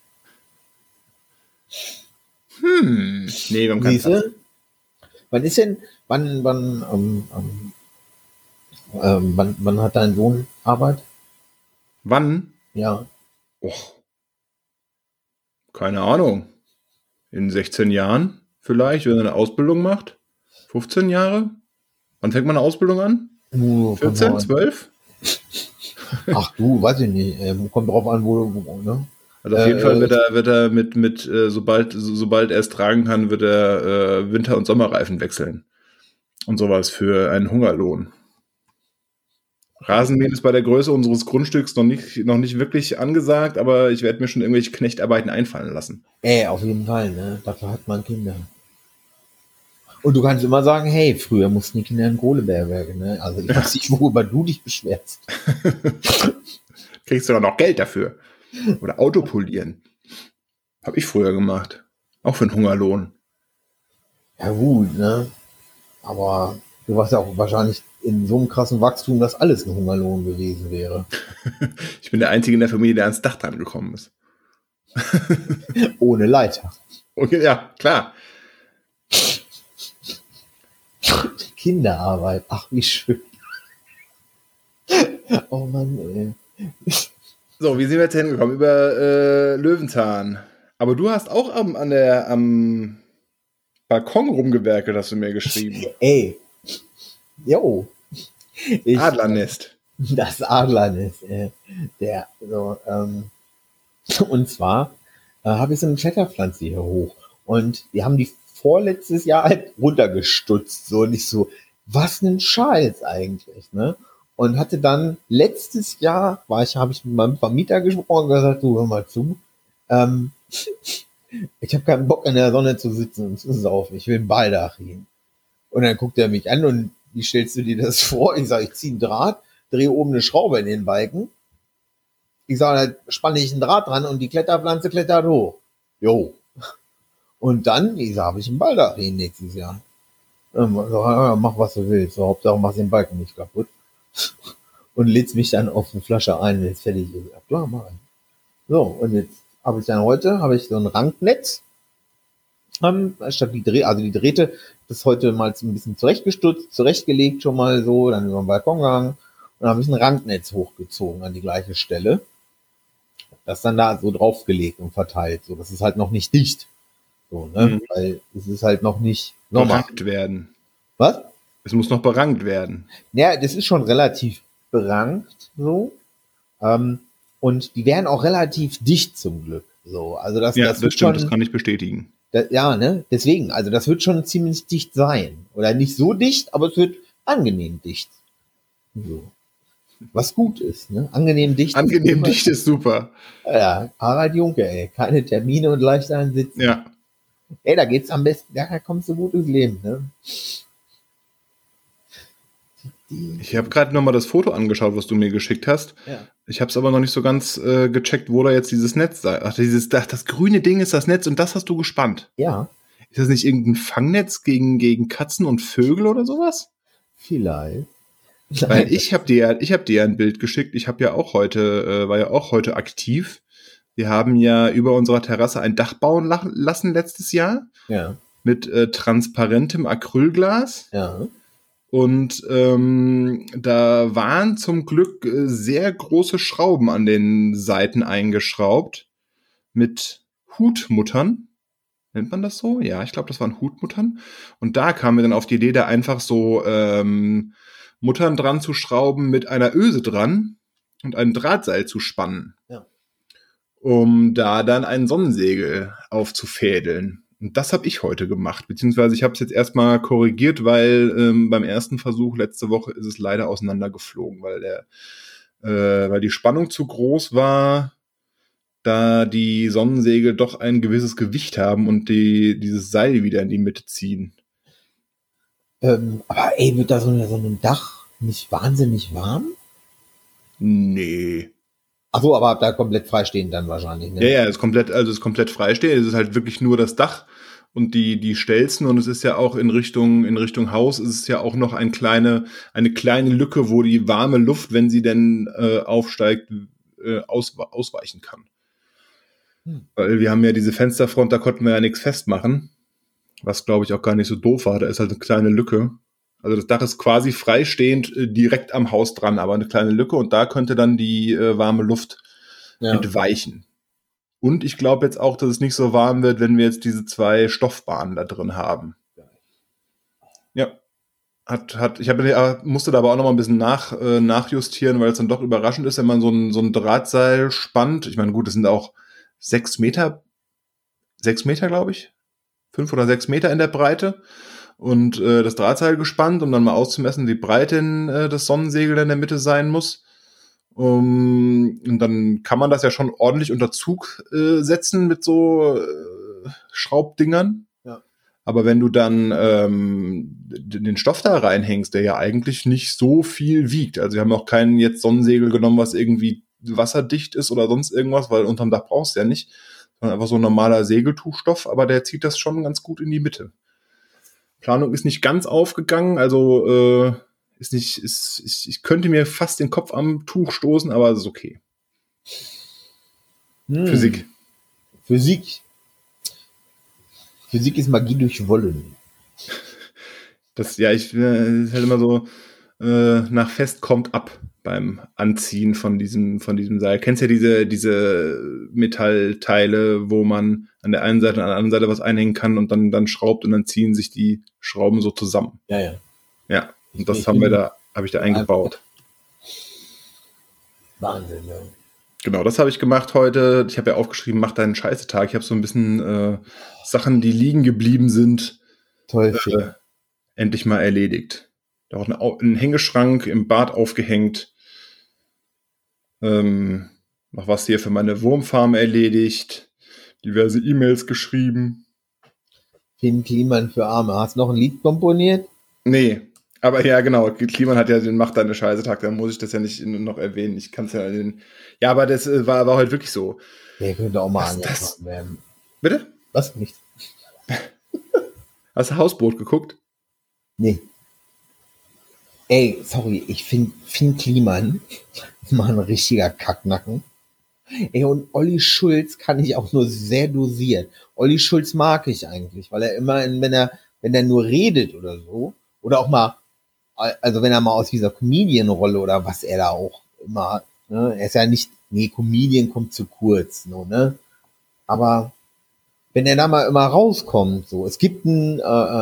Hm, nee, wir haben keinen Siehste? Platz. Wann ist denn, wann, wann, ähm, ähm, ähm, wann, wann hat dein Sohn Arbeit? Wann? Ja. Och, keine Ahnung. In sechzehn Jahren vielleicht, wenn er eine Ausbildung macht. fünfzehn Jahre? Wann fängt man eine Ausbildung an? Uh, vierzehn, kommt zwölf? drauf- Ach du, weiß ich nicht. Ähm, kommt drauf an, wo, wo ne? Also auf Äh, jeden Fall wird äh, er, wird er mit, mit äh, sobald, so, sobald er es tragen kann, wird er äh, Winter- und Sommerreifen wechseln. Und sowas für einen Hungerlohn. Rasenmähen ist bei der Größe unseres Grundstücks noch nicht, noch nicht wirklich angesagt, aber ich werde mir schon irgendwelche Knechtarbeiten einfallen lassen. Ey, auf jeden Fall, ne? Dafür hat man Kinder. Und du kannst immer sagen, hey, früher mussten die Kinder in Kohlebergwerke, ne? Also ich weiß nicht, worüber du dich beschwerst. Kriegst du doch noch Geld dafür. Oder Auto polieren. Habe ich früher gemacht. Auch für einen Hungerlohn. Ja gut, ne? Aber du warst ja auch wahrscheinlich in so einem krassen Wachstum, dass alles ein Hungerlohn gewesen wäre. Ich bin der Einzige in der Familie, der ans Dach dran gekommen ist. Ohne Leiter. Okay, ja, klar. Kinderarbeit, ach wie schön. Oh Mann, ey. So, wie sind wir jetzt hingekommen? Über äh, Löwenzahn. Aber du hast auch am, an der, am Balkon rumgewerkelt, hast du mir geschrieben. Ey. Jo. Ich, Adlernest. Das Adlernest, äh, der, so, ähm, und zwar äh, habe ich so eine Kletterpflanze hier hoch und die haben die vorletztes Jahr halt runtergestutzt, so nicht so, was ein Scheiß eigentlich, ne? Und hatte dann letztes Jahr, war ich, habe ich mit meinem Vermieter gesprochen und gesagt, du hör mal zu, ähm, ich habe keinen Bock in der Sonne zu sitzen und zu saufen, ich will ein Baldachin. Und dann guckt er mich an und wie stellst du dir das vor? Ich sage, ich ziehe einen Draht, drehe oben eine Schraube in den Balken. Ich sage, da spanne ich einen Draht dran und die Kletterpflanze klettert hoch. Jo. Und dann, ich sage, habe ich einen Baldachin nächstes Jahr. Ähm, so, ja, mach, was du willst. So, Hauptsache, mach den Balken nicht kaputt. Und lädst mich dann auf eine Flasche ein, wenn es fertig ist. Ja, mach ich. So, und jetzt habe ich dann heute, habe ich so ein Ranknetz. Ähm, statt die Dreh, also die Drähte, das heute mal so ein bisschen zurechtgestutzt, zurechtgelegt schon mal so, dann über den Balkon gegangen und dann habe ich ein Ranknetz hochgezogen an die gleiche Stelle. Das dann da so draufgelegt und verteilt. So, das ist halt noch nicht dicht. So, ne? Mhm. Weil es ist halt noch nicht Nochmal. berankt werden. Was? Es muss noch berankt werden. Ja, das ist schon relativ berankt, so. Ähm, und die werden auch relativ dicht zum Glück, so. Also das, Ja, das das, wird stimmt, schon, das kann ich bestätigen. da, ja, ne, deswegen, also das wird schon ziemlich dicht sein. Oder nicht so dicht, aber es wird angenehm dicht. So. Was gut ist, ne? Angenehm dicht. Angenehm dicht ist super. Ja, Harald Junke, ey. Keine Termine und leicht einsitzen. Ja. Ey, da geht's am besten, da kommst du gut ins Leben, ne? Ich habe gerade nochmal das Foto angeschaut, was du mir geschickt hast. Ja. Ich habe es aber noch nicht so ganz äh, gecheckt, wo da jetzt dieses Netz sei. Ach, dieses, ach, das grüne Ding ist das Netz und das hast du gespannt. Ja, Ist das nicht irgendein Fangnetz gegen, gegen Katzen und Vögel oder sowas? vielleicht. Weil ich habe dir, ich habe dir ein Bild geschickt. Ich habe ja auch heute, äh, war ja auch heute aktiv. Wir haben ja über unserer Terrasse ein Dach bauen lach- lassen letztes Jahr Ja, mit äh, transparentem Acrylglas. ja. Und ähm, da waren zum Glück äh, sehr große Schrauben an den Seiten eingeschraubt mit Hutmuttern. Nennt man das so? Ja, ich glaube, das waren Hutmuttern. Und da kamen wir dann auf die Idee, da einfach so ähm, Muttern dran zu schrauben mit einer Öse dran und ein Drahtseil zu spannen. Ja. Um da dann ein Sonnensegel aufzufädeln. Und das habe ich heute gemacht, beziehungsweise ich habe es jetzt erstmal korrigiert, weil ähm, beim ersten Versuch letzte Woche ist es leider auseinandergeflogen, weil der, äh, weil die Spannung zu groß war, da die Sonnensegel doch ein gewisses Gewicht haben und die dieses Seil wieder in die Mitte ziehen. Ähm, aber ey, wird da so, eine, so ein Dach nicht wahnsinnig warm? Nee. Ach so, aber da komplett freistehend dann wahrscheinlich, ne? Ja, ja, ist komplett, also ist komplett freistehend. Es ist halt wirklich nur das Dach und die, die Stelzen und es ist ja auch in Richtung, in Richtung Haus ist es ja auch noch ein kleine, eine kleine Lücke, wo die warme Luft, wenn sie denn äh, aufsteigt, äh, aus, ausweichen kann. Hm. Weil wir haben ja diese Fensterfront, da konnten wir ja nichts festmachen, was glaube ich auch gar nicht so doof war. Da ist halt eine kleine Lücke. Also das Dach ist quasi freistehend äh, direkt am Haus dran, aber eine kleine Lücke und da könnte dann die äh, warme Luft Ja. entweichen. Und ich glaube jetzt auch, dass es nicht so warm wird, wenn wir jetzt diese zwei Stoffbahnen da drin haben. Ja. Hat, hat, ich habe, musste da aber auch noch mal ein bisschen nach, äh, nachjustieren, weil es dann doch überraschend ist, wenn man so ein, so ein Drahtseil spannt. Ich meine, gut, das sind auch sechs Meter, sechs Meter, glaube ich. Fünf oder sechs Meter in der Breite. Und äh, das Drahtseil gespannt, um dann mal auszumessen, wie breit denn äh, das Sonnensegel in der Mitte sein muss. Um, und dann kann man das ja schon ordentlich unter Zug äh, setzen mit so äh, Schraubdingern. Ja. Aber wenn du dann ähm, den Stoff da reinhängst, der ja eigentlich nicht so viel wiegt, also wir haben auch keinen jetzt Sonnensegel genommen, was irgendwie wasserdicht ist oder sonst irgendwas, weil unterm Dach brauchst du ja nicht, sondern einfach so ein normaler Segeltuchstoff, aber der zieht das schon ganz gut in die Mitte. Planung ist nicht ganz aufgegangen, also äh, ist nicht, ist, ich, ich könnte mir fast den Kopf am Tuch stoßen, aber es ist okay. Hm. Physik. Physik. Physik ist Magie durch Wollen. Das, ja, ich äh, ist halt immer so, äh, nach Fest kommt ab beim Anziehen von diesem, von diesem Seil. Kennst ja diese, diese Metallteile, wo man an der einen Seite und an der anderen Seite was einhängen kann und dann, dann schraubt und dann ziehen sich die Schrauben so zusammen. Ja, ja. Ja, und Ich- das ich haben wir bin- da, habe ich da eingebaut. Wahnsinn, ja. Genau, das habe ich gemacht heute. Ich habe ja aufgeschrieben, mach deinen Scheißetag. Ich habe so ein bisschen äh, Sachen, die liegen geblieben sind, Toll. äh, endlich mal erledigt. Da auch ein, ein Hängeschrank im Bad aufgehängt. Ähm, noch was hier für meine Wurmfarm erledigt. Diverse E-Mails geschrieben. Finn Kliman für Arme. Hast du noch ein Lied komponiert? Nee, aber ja, genau. Kliman hat ja den Mach deine Scheißetag. Da muss ich das ja nicht noch erwähnen. Ich kann es ja in den. Ja, aber das äh, war, war heute wirklich so. Der könnte auch mal Was das? angefangen werden. Bitte? Was? Nicht? Hast du Hausboot geguckt? Nee. Ey, sorry, ich finde Finn Kliman ist mal ein richtiger Kacknacken. Ey, und Olli Schulz kann ich auch nur sehr dosiert. Olli Schulz mag ich eigentlich, weil er immer, in, wenn er, wenn er nur redet oder so, oder auch mal, also wenn er mal aus dieser Comedian-Rolle oder was er da auch immer hat, ne, er ist ja nicht, nee, Comedian kommt zu kurz, so, ne, aber wenn er da mal immer rauskommt, so, es gibt ein, äh,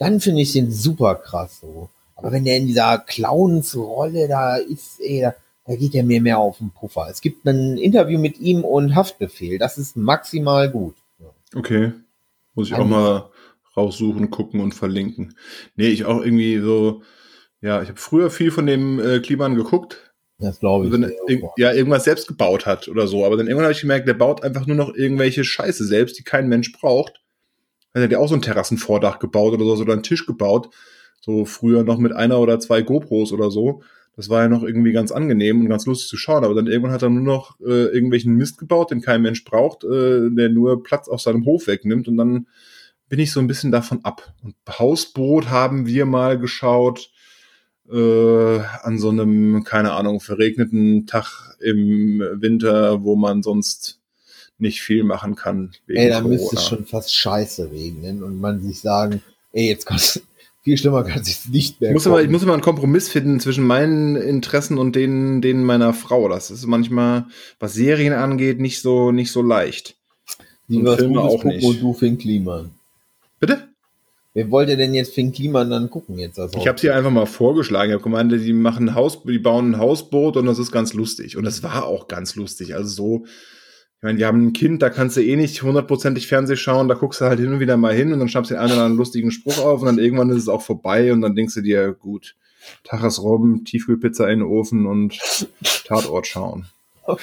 dann finde ich den super krass so. Aber wenn der in dieser Clowns-Rolle da ist, ey, da, da geht er mir mehr auf den Puffer. Es gibt ein Interview mit ihm und Haftbefehl. Das ist maximal gut. Okay. Muss ich auch Eigentlich. mal raussuchen, gucken und verlinken. Nee, ich auch irgendwie so, ja, ich habe früher viel von dem äh, Kliman geguckt, Das glaube ich. wenn er irg- ja irgendwas selbst gebaut hat oder so. Aber dann irgendwann habe ich gemerkt, der baut einfach nur noch irgendwelche Scheiße selbst, die kein Mensch braucht. Er hat ja auch so ein Terrassenvordach gebaut oder so, oder einen Tisch gebaut. So früher noch mit einer oder zwei GoPros oder so. Das war ja noch irgendwie ganz angenehm und ganz lustig zu schauen. Aber dann irgendwann hat er nur noch äh, irgendwelchen Mist gebaut, den kein Mensch braucht, äh, der nur Platz auf seinem Hof wegnimmt. Und dann bin ich so ein bisschen davon ab. Und Hausboot haben wir mal geschaut äh, an so einem, keine Ahnung, verregneten Tag im Winter, wo man sonst nicht viel machen kann wegen Ey, da Corona. müsste es schon fast scheiße regnen und man sich sagen, ey, jetzt kann es, viel schlimmer kann es jetzt nicht mehr Ich muss, immer, ich kommen. muss immer einen Kompromiss finden zwischen meinen Interessen und denen, denen meiner Frau. Das ist manchmal, was Serien angeht, nicht so, nicht so leicht. Die und was Filme Gutes auch gucken nicht. und du Finn Kliman. Bitte? Wer wollte denn jetzt Finn Kliman dann gucken jetzt? Also Ich habe sie einfach mal vorgeschlagen. Ich habe gemeint, die machen ein Haus, die bauen ein Hausboot und das ist ganz lustig. Und das war auch ganz lustig. Also so, ich meine, wir haben ein Kind, da kannst du eh nicht hundertprozentig Fernseh schauen, da guckst du halt hin und wieder mal hin und dann schnappst du den einen oder anderen lustigen Spruch auf und dann irgendwann ist es auch vorbei und dann denkst du dir, gut, Tag ist rum, Tiefkühlpizza in den Ofen und Tatort schauen. Oh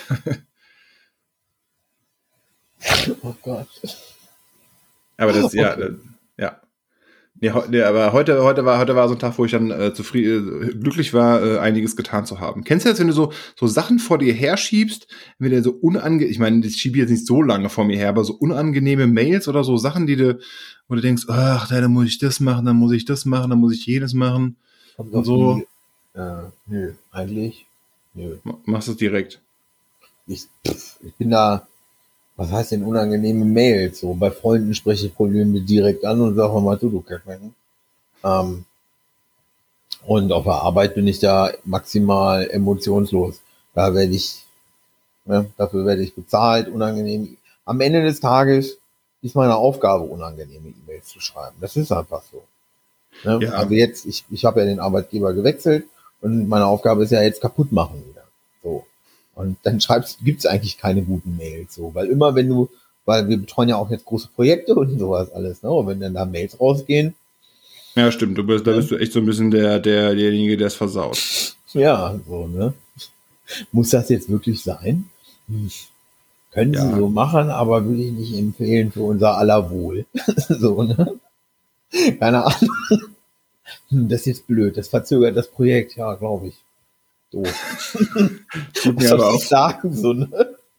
Gott. Aber das, ja, Okay. äh, ja. Nee, heu- nee, aber heute, heute war, heute war so ein Tag, wo ich dann äh, zufrieden, äh, glücklich war, äh, einiges getan zu haben. Kennst du das, wenn du so, so Sachen vor dir herschiebst, wenn dir so unange, ich meine, ich schiebe jetzt nicht so lange vor mir her, aber so unangenehme Mails oder so Sachen, die du, wo du denkst, ach, da, dann muss ich das machen, dann muss ich das machen, dann muss ich jenes machen. Kommt Und auf so. die, äh, nö, eigentlich, nö. Ma- Machst du es direkt. Ich, pff, ich bin da, was heißt denn unangenehme Mails? So, bei Freunden spreche ich Probleme direkt an und sage mal, du, du Kackmann. Ähm, und auf der Arbeit bin ich da maximal emotionslos. Da werde ich, ne, dafür werde ich bezahlt, unangenehm. Am Ende des Tages ist meine Aufgabe, unangenehme E-Mails zu schreiben. Das ist einfach so. Ne? Ja. Also jetzt, ich, ich habe ja den Arbeitgeber gewechselt und meine Aufgabe ist ja jetzt kaputt machen wieder. So. Und dann schreibst, gibt's eigentlich keine guten Mails, so, weil immer wenn du, weil wir betreuen ja auch jetzt große Projekte und sowas alles, ne? Und wenn dann da Mails rausgehen, Ja, stimmt. Du bist, da Ja. bist du echt so ein bisschen der, der, derjenige, der es versaut. ja, so, ne? Muss das jetzt wirklich sein? Hm. Können Ja. sie so machen, aber würde ich nicht empfehlen für unser aller Wohl. so, ne? Keine Ahnung. Hm, das ist jetzt blöd, das verzögert das Projekt, ja, glaube ich. Doof. Tut Was mir soll aber ich auch. sagen, so, ne?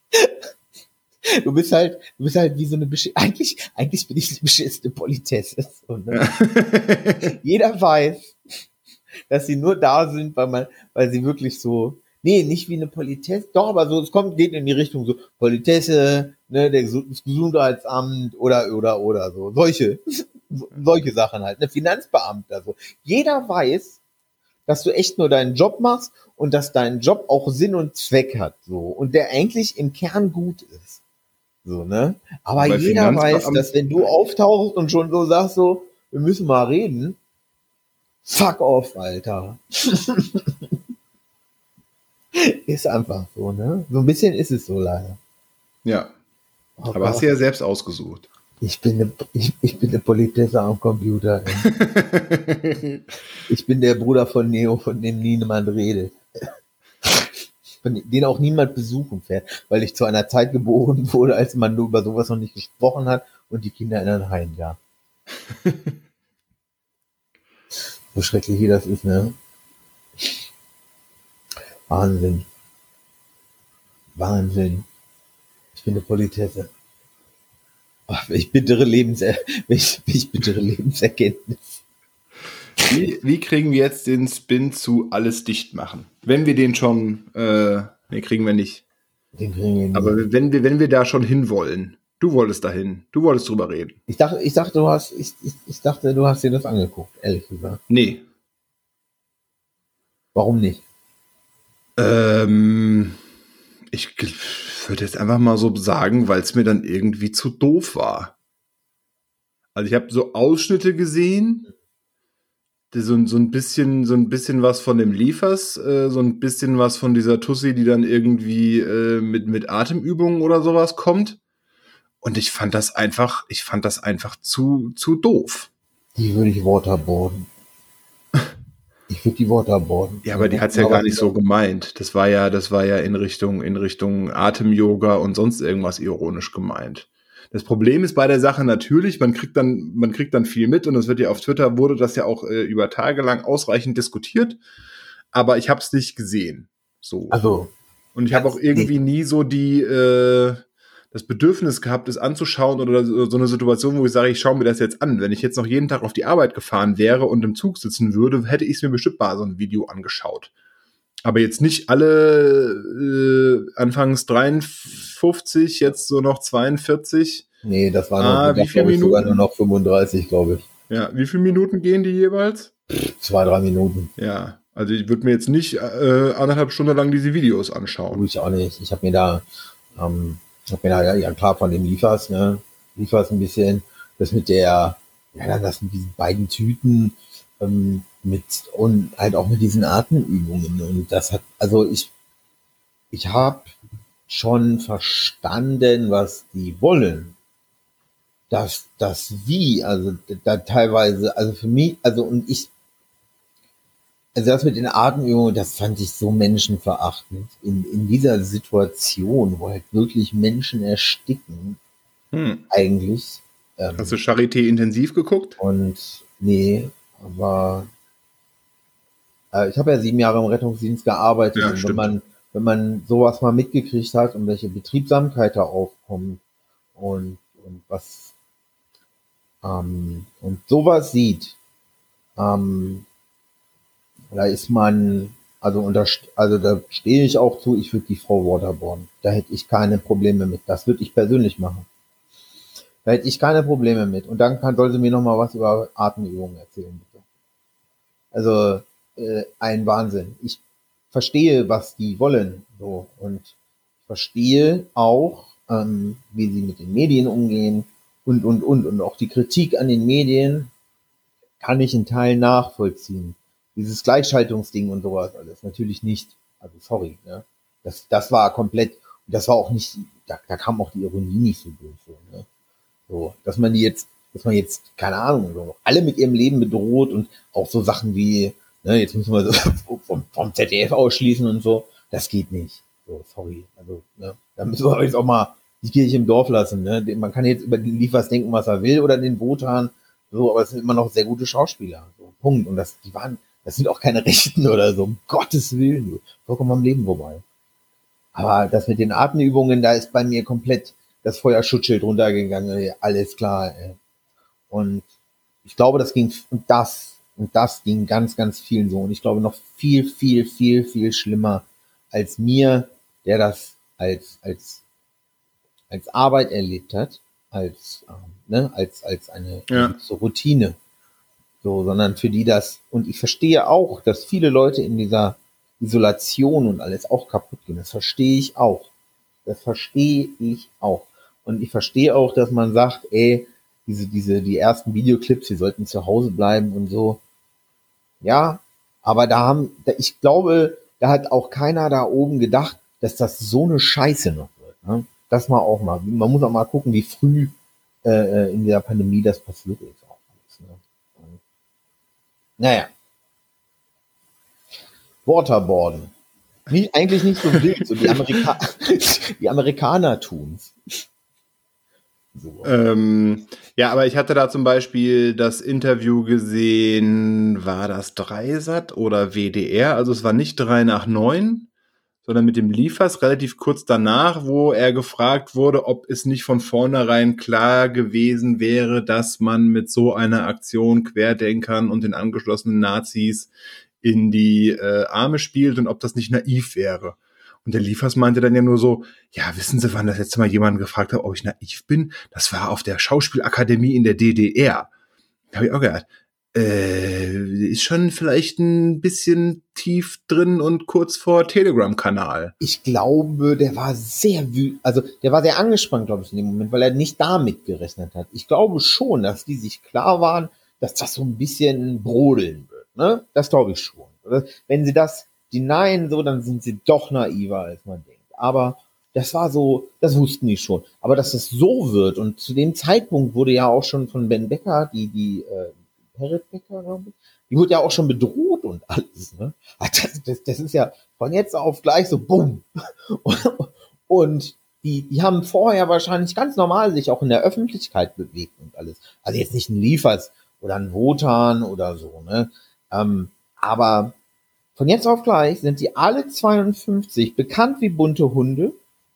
Du bist halt, du bist halt wie so eine Besch eigentlich, eigentlich bin ich eine beschissene Politesse. So, ne? Jeder weiß, dass sie nur da sind, weil man, weil sie wirklich so, nee, nicht wie eine Politesse, doch, aber so, es kommt, geht in die Richtung so, Politesse, ne, der Gesu- das Gesundheitsamt oder, oder, oder, so, solche, so, solche Sachen halt, ne, Finanzbeamter, so. Jeder weiß, dass du echt nur deinen Job machst und dass dein Job auch Sinn und Zweck hat, so, und der eigentlich im Kern gut ist. So, ne? Aber Bei jeder weiß, Finanzbeamten- dass wenn du auftauchst und schon so sagst, so, wir müssen mal reden, fuck off, Alter. Ist einfach so, ne? So ein bisschen ist es so leider. Ja. Oh Aber hast Gott. du ja selbst ausgesucht. Ich bin eine, ich, ich bin eine Politesse am Computer. Ey. Ich bin der Bruder von Neo, von dem niemand redet. Von den auch niemand besuchen fährt, weil ich zu einer Zeit geboren wurde, als man nur über sowas noch nicht gesprochen hat und die Kinder in ein Heim gab. So schrecklich wie das ist, ne? Wahnsinn. Wahnsinn. Ich bin eine Politesse. Ach, welch bittere Lebenser welch, welch bittere Lebenserkenntnis. Wie, wie kriegen wir jetzt den Spin zu alles dicht machen? Wenn wir den schon, äh, nee, kriegen wir nicht. Den kriegen wir nie. Aber wenn wir, wenn wir da schon hinwollen, du wolltest dahin, du wolltest drüber reden. Ich dachte, ich dachte, du hast, ich, ich, ich dachte, du hast dir das angeguckt, ehrlich gesagt. Nee. Warum nicht? Ähm, ich g- würde jetzt einfach mal so sagen, weil es mir dann irgendwie zu doof war. Also ich habe so Ausschnitte gesehen so, so ein bisschen, so ein bisschen was von dem Liefers, äh, so ein bisschen was von dieser Tussi, die dann irgendwie äh, mit, mit Atemübungen oder sowas kommt. Und ich fand das einfach, ich fand das einfach zu, zu doof. Die würde ich waterboarden. Ich würde die waterboarden. Ja, aber die hat's ja gar nicht so gemeint. Das war ja, das war ja in Richtung, in Richtung Atem-Yoga und sonst irgendwas ironisch gemeint. Das Problem ist bei der Sache natürlich, man kriegt dann, man kriegt dann viel mit und es wird ja auf Twitter wurde das ja auch äh, über Tage lang ausreichend diskutiert, aber ich habe es nicht gesehen. So. Also. Und ich habe auch irgendwie nie so die, äh, das Bedürfnis gehabt, es anzuschauen oder so eine Situation, wo ich sage, ich schaue mir das jetzt an. Wenn ich jetzt noch jeden Tag auf die Arbeit gefahren wäre und im Zug sitzen würde, hätte ich es mir bestimmt mal so ein Video angeschaut. Aber jetzt nicht alle äh, anfangs dreiundfünfzig, jetzt so noch zweiundvierzig. Nee, das waren ah, noch, wie viele Minuten? sogar nur noch fünfunddreißig, glaube ich. Ja, wie viele Minuten gehen die jeweils? Zwei, drei Minuten. Ja, also ich würde mir jetzt nicht äh, anderthalb Stunden lang diese Videos anschauen. Tue ich auch nicht. Ich habe mir da, ähm, ich habe mir da, ja, ja klar, von dem Liefers, ne, Liefers ein bisschen, das mit der, ja, dann das mit diesen beiden Tüten, ähm, mit, und halt auch mit diesen Atemübungen. Und das hat, also ich, ich habe schon verstanden, was die wollen. Das, das wie, also da teilweise, also für mich, also und ich, also das mit den Atemübungen, das fand ich so menschenverachtend. In, in dieser Situation, wo halt wirklich Menschen ersticken, hm. eigentlich. Ähm, Hast du Charité intensiv geguckt? Und nee, aber äh, ich habe ja sieben Jahre im Rettungsdienst gearbeitet. Ja, und wenn man, wenn man sowas mal mitgekriegt hat und welche Betriebsamkeit da aufkommt und, und was ähm, und sowas sieht, ähm, da ist man, also, unter, also da stehe ich auch zu, ich würde die Frau waterboarden. Da hätte ich keine Probleme mit. Das würde ich persönlich machen. Da hätte ich keine Probleme mit. Und dann kann, soll sie mir noch mal was über Atemübungen erzählen, bitte. Also äh, ein Wahnsinn. Ich verstehe, was die wollen, so, und ich verstehe auch, ähm, wie sie mit den Medien umgehen und und und und auch die Kritik an den Medien kann ich in Teilen nachvollziehen. Dieses Gleichschaltungsding und sowas alles natürlich nicht. Also sorry, ne? Das das war komplett, das war auch nicht, da, da kam auch die Ironie nicht so durch, so, ne? So, dass man die jetzt, dass man jetzt, keine Ahnung, so, alle mit ihrem Leben bedroht und auch so Sachen wie, ne, jetzt müssen wir so vom, vom Z D F ausschließen und so, das geht nicht. So, sorry. Also, ne, da müssen wir jetzt auch mal die Kirche im Dorf lassen, ne? Man kann jetzt über den Liefers denken, was er will, oder den Wotan, so, aber es sind immer noch sehr gute Schauspieler. So, Punkt. Und das, die waren, das sind auch keine Rechten oder so, um Gottes Willen, du. Vollkommen am Leben vorbei. Aber das mit den Atemübungen, da ist bei mir komplett das Feuerschutzschild runtergegangen, alles klar. Ey. Und ich glaube, das ging, und das, und das ging ganz, ganz vielen so. Und ich glaube noch viel, viel, viel, viel schlimmer als mir, der das als, als, als Arbeit erlebt hat, als, ähm, ne, als, als eine, ja. eine so Routine. So, sondern für die das, und ich verstehe auch, dass viele Leute in dieser Isolation und alles auch kaputt gehen. Das verstehe ich auch. Das verstehe ich auch. Und ich verstehe auch, dass man sagt, ey, diese, diese, die ersten Videoclips, die sollten zu Hause bleiben und so. Ja, aber da haben, da, ich glaube, da hat auch keiner da oben gedacht, dass das so eine Scheiße noch wird. Ne? Das mal auch mal. Man muss auch mal gucken, wie früh äh, in der Pandemie das passiert ist. Auch alles, ne? Und, naja. Waterboarden. Nie, eigentlich nicht so wild, so die, Amerika die Amerikaner tun's. So. Ähm, ja, aber ich hatte da zum Beispiel das Interview gesehen, war das Dreisat oder W D R? Also es war nicht drei nach neun, sondern mit dem Liefers relativ kurz danach, wo er gefragt wurde, ob es nicht von vornherein klar gewesen wäre, dass man mit so einer Aktion Querdenkern und den angeschlossenen Nazis in die äh, Arme spielt und ob das nicht naiv wäre. Und der Liefers meinte dann ja nur so, ja, wissen Sie, wann das letzte Mal jemanden gefragt hat, ob ich naiv bin? Das war auf der Schauspielakademie in der D D R. Da habe ich auch gedacht, äh, ist schon vielleicht ein bisschen tief drin und kurz vor Telegram-Kanal. Ich glaube, der war sehr wütend, also der war sehr angespannt, glaube ich, in dem Moment, weil er nicht damit gerechnet hat. Ich glaube schon, dass die sich klar waren, dass das so ein bisschen brodeln wird. ne? Das glaube ich schon. Wenn sie das denyen, so, dann sind sie doch naiver, als man denkt. Aber das war so, das wussten die schon. Aber dass das so wird, und zu dem Zeitpunkt wurde ja auch schon von Ben Becker, die, die, äh, Perit Becker, glaube ich, die wurde ja auch schon bedroht und alles, ne? Das, das, das ist ja von jetzt auf gleich so, bumm. Und die, die haben vorher wahrscheinlich ganz normal sich auch in der Öffentlichkeit bewegt und alles. Also jetzt nicht ein Liefers oder ein Wotan oder so, ne? Ähm, aber von jetzt auf gleich sind die alle zweiundfünfzig bekannt wie bunte Hunde,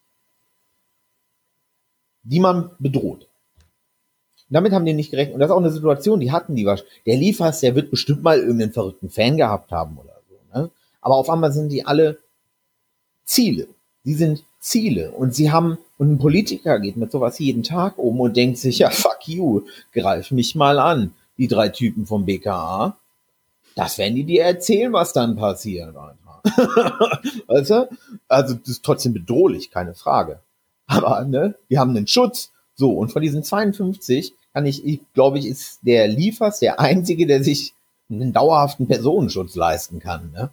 die man bedroht. Damit haben die nicht gerechnet. Und das ist auch eine Situation, die hatten die wahrscheinlich. Der Liefers, der wird bestimmt mal irgendeinen verrückten Fan gehabt haben oder so, ne? Aber auf einmal sind die alle Ziele. Die sind Ziele. Und sie haben, und ein Politiker geht mit sowas jeden Tag um und denkt sich, ja, fuck you, greif mich mal an. Die drei Typen vom B K A, das werden die dir erzählen, was dann passiert. Weißt du? Also, das ist trotzdem bedrohlich, keine Frage. Aber, ne, wir haben einen Schutz. So, und von diesen zweiundfünfzig kann ich, ich glaube ich, ist der Liefers der Einzige, der sich einen dauerhaften Personenschutz leisten kann, ne?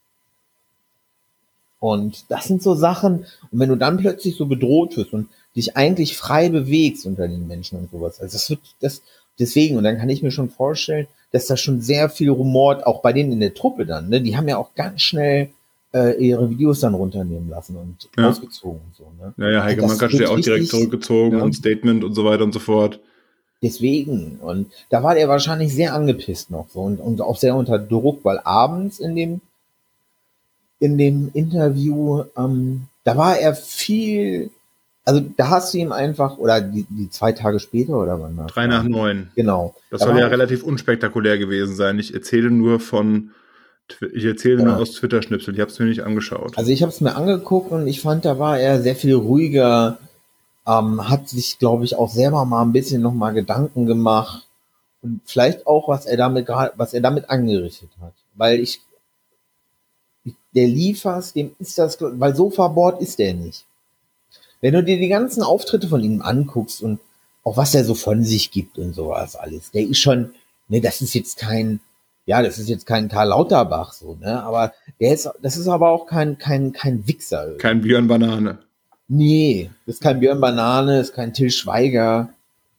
Und das sind so Sachen, und wenn du dann plötzlich so bedroht wirst und dich eigentlich frei bewegst unter den Menschen und sowas, also das wird, das, deswegen, und dann kann ich mir schon vorstellen, dass da schon sehr viel rumort, auch bei denen in der Truppe dann, ne, die haben ja auch ganz schnell äh, ihre Videos dann runternehmen lassen und ja. ausgezogen und so, ne. Naja, Heike Makatsch ist ja auch direkt zurückgezogen, ja, und Statement und so weiter und so fort. Deswegen, und da war der wahrscheinlich sehr angepisst noch so und, und auch sehr unter Druck, weil abends in dem in dem Interview, ähm, da war er viel, also da hast du ihm einfach, oder die, die zwei Tage später, oder wann war Drei nach neun. Genau. Das da soll ja relativ unspektakulär gewesen sein. Ich erzähle nur von, ich erzähle ja. nur aus Twitter-Schnipseln. Ich habe es mir nicht angeschaut. Also ich habe es mir angeguckt und ich fand, da war er sehr viel ruhiger, ähm, hat sich, glaube ich, auch selber mal ein bisschen nochmal Gedanken gemacht und vielleicht auch, was er damit gerade, was er damit angerichtet hat. Weil ich der Liefers, dem ist das, weil so verbohrt ist der nicht. Wenn du dir die ganzen Auftritte von ihm anguckst und auch was er so von sich gibt und sowas alles, der ist schon, ne, das ist jetzt kein, ja, das ist jetzt kein Karl Lauterbach so, ne, aber der ist, das ist aber auch kein, kein, kein Wichser. Irgendwie. Kein Björn Banane. Nee, das ist kein Björn Banane, das ist kein Till Schweiger.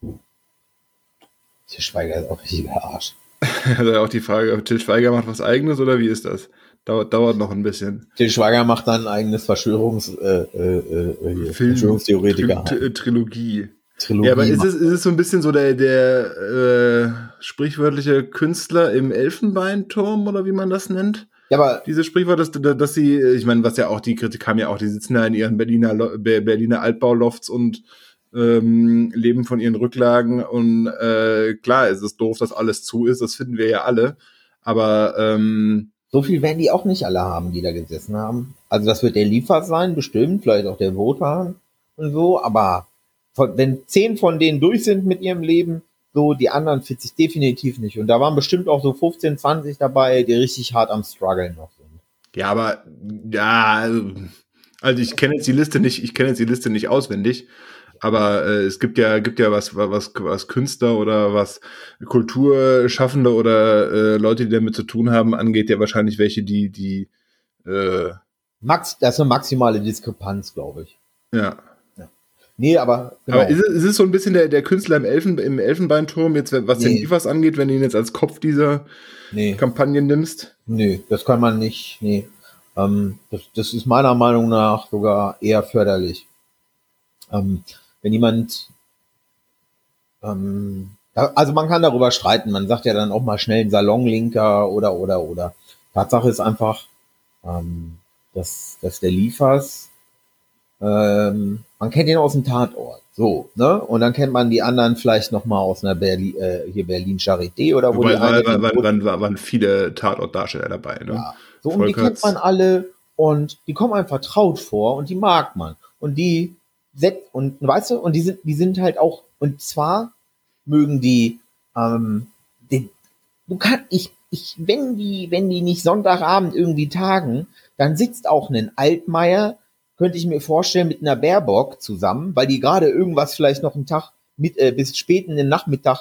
Till Schweiger ist auch richtiger Arsch. Also auch die Frage, ob Till Schweiger macht was Eigenes oder wie ist das? Dauert, dauert noch ein bisschen. Till Schweiger macht dann ein eigenes Verschwörungs, äh, äh, äh, Film, Verschwörungstheoretiker. Tri- Trilogie. Trilogie. Ja, aber ist es, ist es so ein bisschen so der, der äh, sprichwörtliche Künstler im Elfenbeinturm oder wie man das nennt? Ja, aber dieses Sprichwort, dass, dass sie, ich meine, was ja auch die Kritik kam ja auch, die sitzen da in ihren Berliner, Berliner Altbaulofts und ähm, leben von ihren Rücklagen und äh, klar, es ist doof, dass alles zu ist, das finden wir ja alle, aber ähm, so viel werden die auch nicht alle haben, die da gesessen haben. Also das wird der Liefers sein, bestimmt, vielleicht auch der Wotan und so, aber von, wenn zehn von denen durch sind mit ihrem Leben, so die anderen vierzig definitiv nicht. Und da waren bestimmt auch so fünfzehn, zwanzig dabei, die richtig hart am Struggeln noch sind. Ja, aber ja, also ich kenne jetzt die Liste nicht, ich kenne jetzt die Liste nicht auswendig. Aber äh, es gibt ja, gibt ja was, was, was Künstler oder was Kulturschaffende oder äh, Leute, die damit zu tun haben, angeht, ja wahrscheinlich welche, die, die äh, Max, das ist eine maximale Diskrepanz, glaube ich. Ja. ja. Nee, aber genau. Aber ist es, ist es so ein bisschen der, der Künstler im, Elfen, im Elfenbeinturm, jetzt was nee. den Liefers angeht, wenn du ihn jetzt als Kopf dieser nee. Kampagne nimmst? Nee, das kann man nicht, nee. Ähm, das, das ist meiner Meinung nach sogar eher förderlich. Ähm, wenn jemand, ähm, also man kann darüber streiten, man sagt ja dann auch mal schnell ein Salonlinker oder, oder, oder. Tatsache ist einfach, ähm, dass, dass der Liefers, ähm, man kennt ihn aus dem Tatort, so, ne, und dann kennt man die anderen vielleicht noch mal aus einer Berlin, äh, hier Berlin Charité oder wo Wobei, die eine waren, waren, waren, waren viele Tatortdarsteller dabei, ne? Ja, so, und die kennt man alle und die kommen einem vertraut vor und die mag man und die und weißt du, und die sind, die sind halt auch, und zwar mögen die, ähm, die, du kannst, ich, ich, wenn die, wenn die nicht Sonntagabend irgendwie tagen, dann sitzt auch ein Altmaier, könnte ich mir vorstellen, mit einer Baerbock zusammen, weil die gerade irgendwas vielleicht noch einen Tag mit, äh, bis spät in den Nachmittag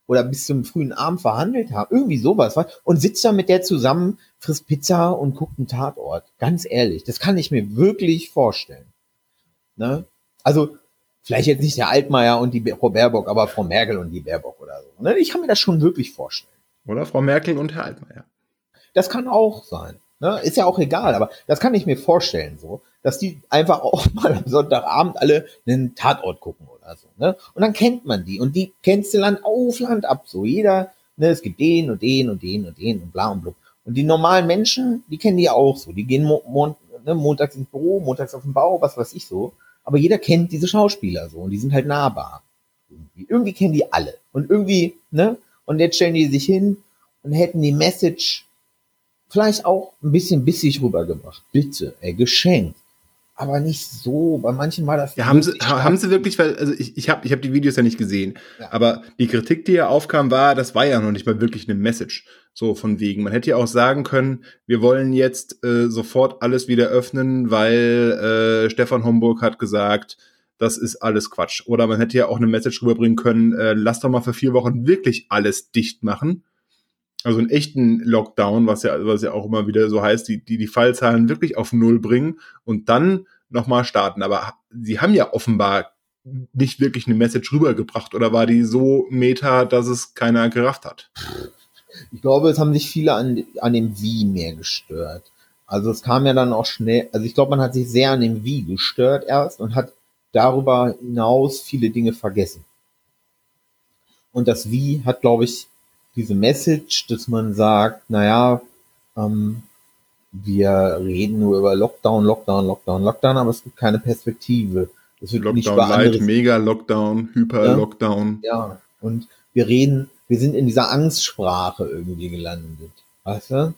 oder bis zum frühen Abend verhandelt haben. Irgendwie sowas. Und sitzt da mit der zusammen, frisst Pizza und guckt einen Tatort. Ganz ehrlich, das kann ich mir wirklich vorstellen. Ne? Also, vielleicht jetzt nicht der Altmaier und die Frau Baerbock, aber Frau Merkel und die Baerbock oder so. Ne? Ich kann mir das schon wirklich vorstellen. Oder Frau Merkel und Herr Altmaier. Das kann auch sein. Ne? Ist ja auch egal, aber das kann ich mir vorstellen, so, dass die einfach auch mal am Sonntagabend alle einen Tatort gucken oder so. Ne? Und dann kennt man die und die kennst du Land auf, Land ab. So jeder, ne, es gibt den und den und den und den und bla und blub. Und die normalen Menschen, die kennen die auch so. Die gehen mo- mon- ne, montags ins Büro, montags auf den Bau, was weiß ich so. Aber jeder kennt diese Schauspieler so und die sind halt nahbar. Irgendwie, irgendwie kennen die alle. Und irgendwie, ne? Und jetzt stellen die sich hin und hätten die Message vielleicht auch ein bisschen bissig rübergebracht. Bitte, ey, geschenkt. Aber nicht so. Bei manchen war das... Ja, haben sie, haben sie wirklich, weil, also ich, ich habe ich hab die Videos ja nicht gesehen, ja. Aber die Kritik, die ja aufkam, war, das war ja noch nicht mal wirklich eine Message. So von wegen. Man hätte ja auch sagen können, wir wollen jetzt äh, sofort alles wieder öffnen, weil äh, Stefan Homburg hat gesagt, das ist alles Quatsch. Oder man hätte ja auch eine Message rüberbringen können, äh, lass doch mal für vier Wochen wirklich alles dicht machen. Also einen echten Lockdown, was ja, was ja auch immer wieder so heißt, die, die die Fallzahlen wirklich auf Null bringen und dann nochmal starten. Aber sie haben ja offenbar nicht wirklich eine Message rübergebracht, oder war die so meta, dass es keiner gerafft hat? Ich glaube, es haben sich viele an, an dem Wie mehr gestört. Also es kam ja dann auch schnell, also ich glaube, man hat sich sehr an dem Wie gestört erst und hat darüber hinaus viele Dinge vergessen. Und das Wie hat, glaube ich, diese Message, dass man sagt, naja, ähm, wir reden nur über Lockdown, Lockdown, Lockdown, Lockdown, aber es gibt keine Perspektive. Es wird Lockdown nicht über Light, anderes, Mega-Lockdown, Hyper-Lockdown. Ja, ja, und wir reden, wir sind in dieser Angstsprache irgendwie gelandet, weißt du?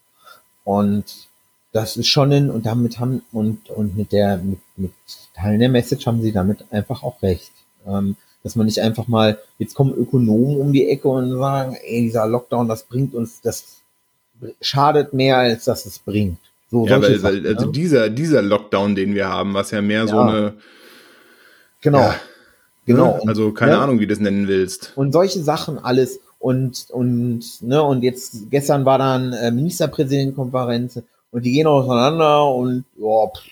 Und das ist schon ein, und damit haben, und, und mit der, mit, mit Teilen der Message haben sie damit einfach auch recht. Ähm, dass man nicht einfach mal, jetzt kommen Ökonomen um die Ecke und sagen, ey, dieser Lockdown, das bringt uns, das schadet mehr, als dass es bringt. So, ja, weil, Sachen, weil also ne? dieser, dieser Lockdown, den wir haben, was ja mehr ja. so eine, genau, ja, genau, ne? Also keine ne? Ahnung, wie du das nennen willst. Und solche Sachen alles und und ne und jetzt gestern war dann äh, Ministerpräsidentenkonferenz und die gehen auseinander und ja, pff,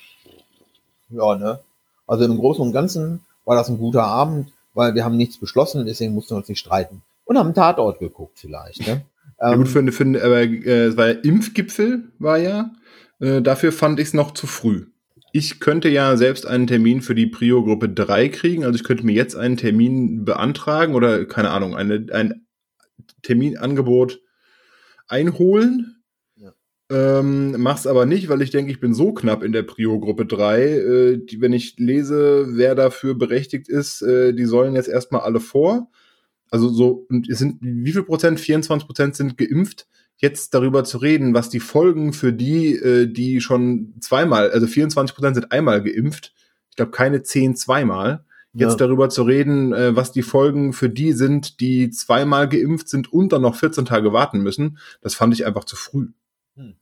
ja ne, also im Großen und Ganzen war das ein guter Abend, weil wir haben nichts beschlossen, deswegen mussten wir uns nicht streiten und haben einen Tatort geguckt vielleicht. Ne? Ja gut, für, für, aber äh, es war ja Impfgipfel, war ja. Äh, dafür fand ich es noch zu früh. Ich könnte ja selbst einen Termin für die Prio-Gruppe drei kriegen. Also ich könnte mir jetzt einen Termin beantragen oder, keine Ahnung, eine, ein Terminangebot einholen. Ja. Ähm, mach's aber nicht, weil ich denke, ich bin so knapp in der Prio-Gruppe drei. Äh, die, wenn ich lese, wer dafür berechtigt ist, äh, die sollen jetzt erstmal alle vor. Also so, und es sind, wie viel Prozent? vierundzwanzig Prozent sind geimpft. Jetzt darüber zu reden, was die Folgen für die, äh, die schon zweimal, also vierundzwanzig Prozent sind einmal geimpft. Ich glaube, keine zehn zweimal. Jetzt ja. darüber zu reden, äh, was die Folgen für die sind, die zweimal geimpft sind und dann noch vierzehn Tage warten müssen, das fand ich einfach zu früh. Hm.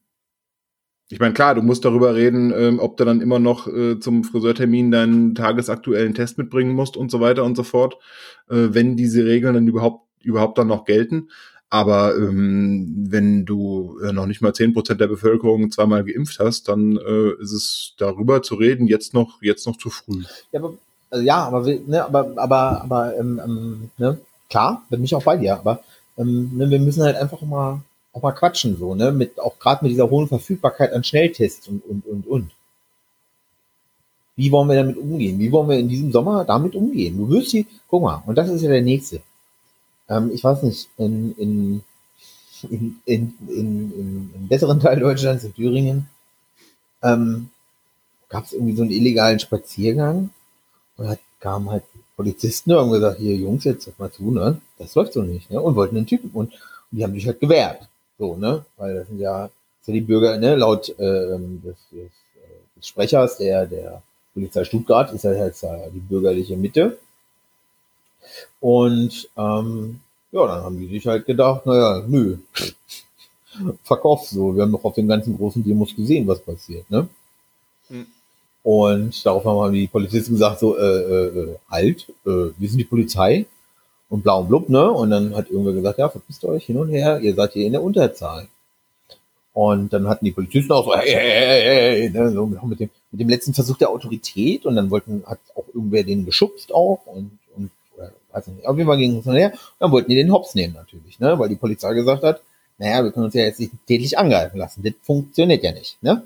Ich meine, klar, du musst darüber reden, ähm, ob du dann immer noch äh, zum Friseurtermin deinen tagesaktuellen Test mitbringen musst und so weiter und so fort, äh, wenn diese Regeln dann überhaupt überhaupt dann noch gelten. Aber ähm, wenn du äh, noch nicht mal zehn Prozent der Bevölkerung zweimal geimpft hast, dann äh, ist es darüber zu reden jetzt noch jetzt noch zu früh. Ja, aber, also ja, aber, ne, aber, aber, aber ähm, ähm, ne, klar, bin ich auch bei dir, aber ähm, ne, wir müssen halt einfach mal auch mal quatschen, so, ne, mit, auch gerade mit dieser hohen Verfügbarkeit an Schnelltests und, und, und, und. Wie wollen wir damit umgehen? Wie wollen wir in diesem Sommer damit umgehen? Du wirst hier, guck mal, und das ist ja der nächste. Ähm, ich weiß nicht, in, in, in, in, in, in, im besseren Teil Deutschlands, in Thüringen, ähm, gab es irgendwie so einen illegalen Spaziergang und da kamen halt Polizisten und haben gesagt, hier Jungs, jetzt hört mal zu, ne, das läuft so nicht, ne, und wollten den Typen, und, und die haben sich halt gewehrt. So, ne? Weil das sind ja, das sind die Bürger, ne, laut ähm, des, des, des Sprechers der, der Polizei Stuttgart ist ja jetzt die bürgerliche Mitte. Und ähm, ja, dann haben die sich halt gedacht, naja, nö, verkauf so. Wir haben doch auf den ganzen großen Demos gesehen, was passiert, ne? Mhm. Und darauf haben die Polizisten gesagt, so, äh, äh, halt, äh, wir sind die Polizei und blau und blub, ne? Und dann hat irgendwer gesagt, ja, verpisst euch hin und her, ihr seid hier in der Unterzahl. Und dann hatten die Polizisten auch so, hey, hey, hey, hey, ne? So mit dem, mit dem letzten Versuch der Autorität und dann wollten, hat auch irgendwer den geschubst auch und, und oder, weiß nicht, auf jeden Fall ging es nachher. Und dann wollten die den Hops nehmen natürlich, ne? Weil die Polizei gesagt hat, naja, wir können uns ja jetzt nicht tätlich angreifen lassen. Das funktioniert ja nicht, ne?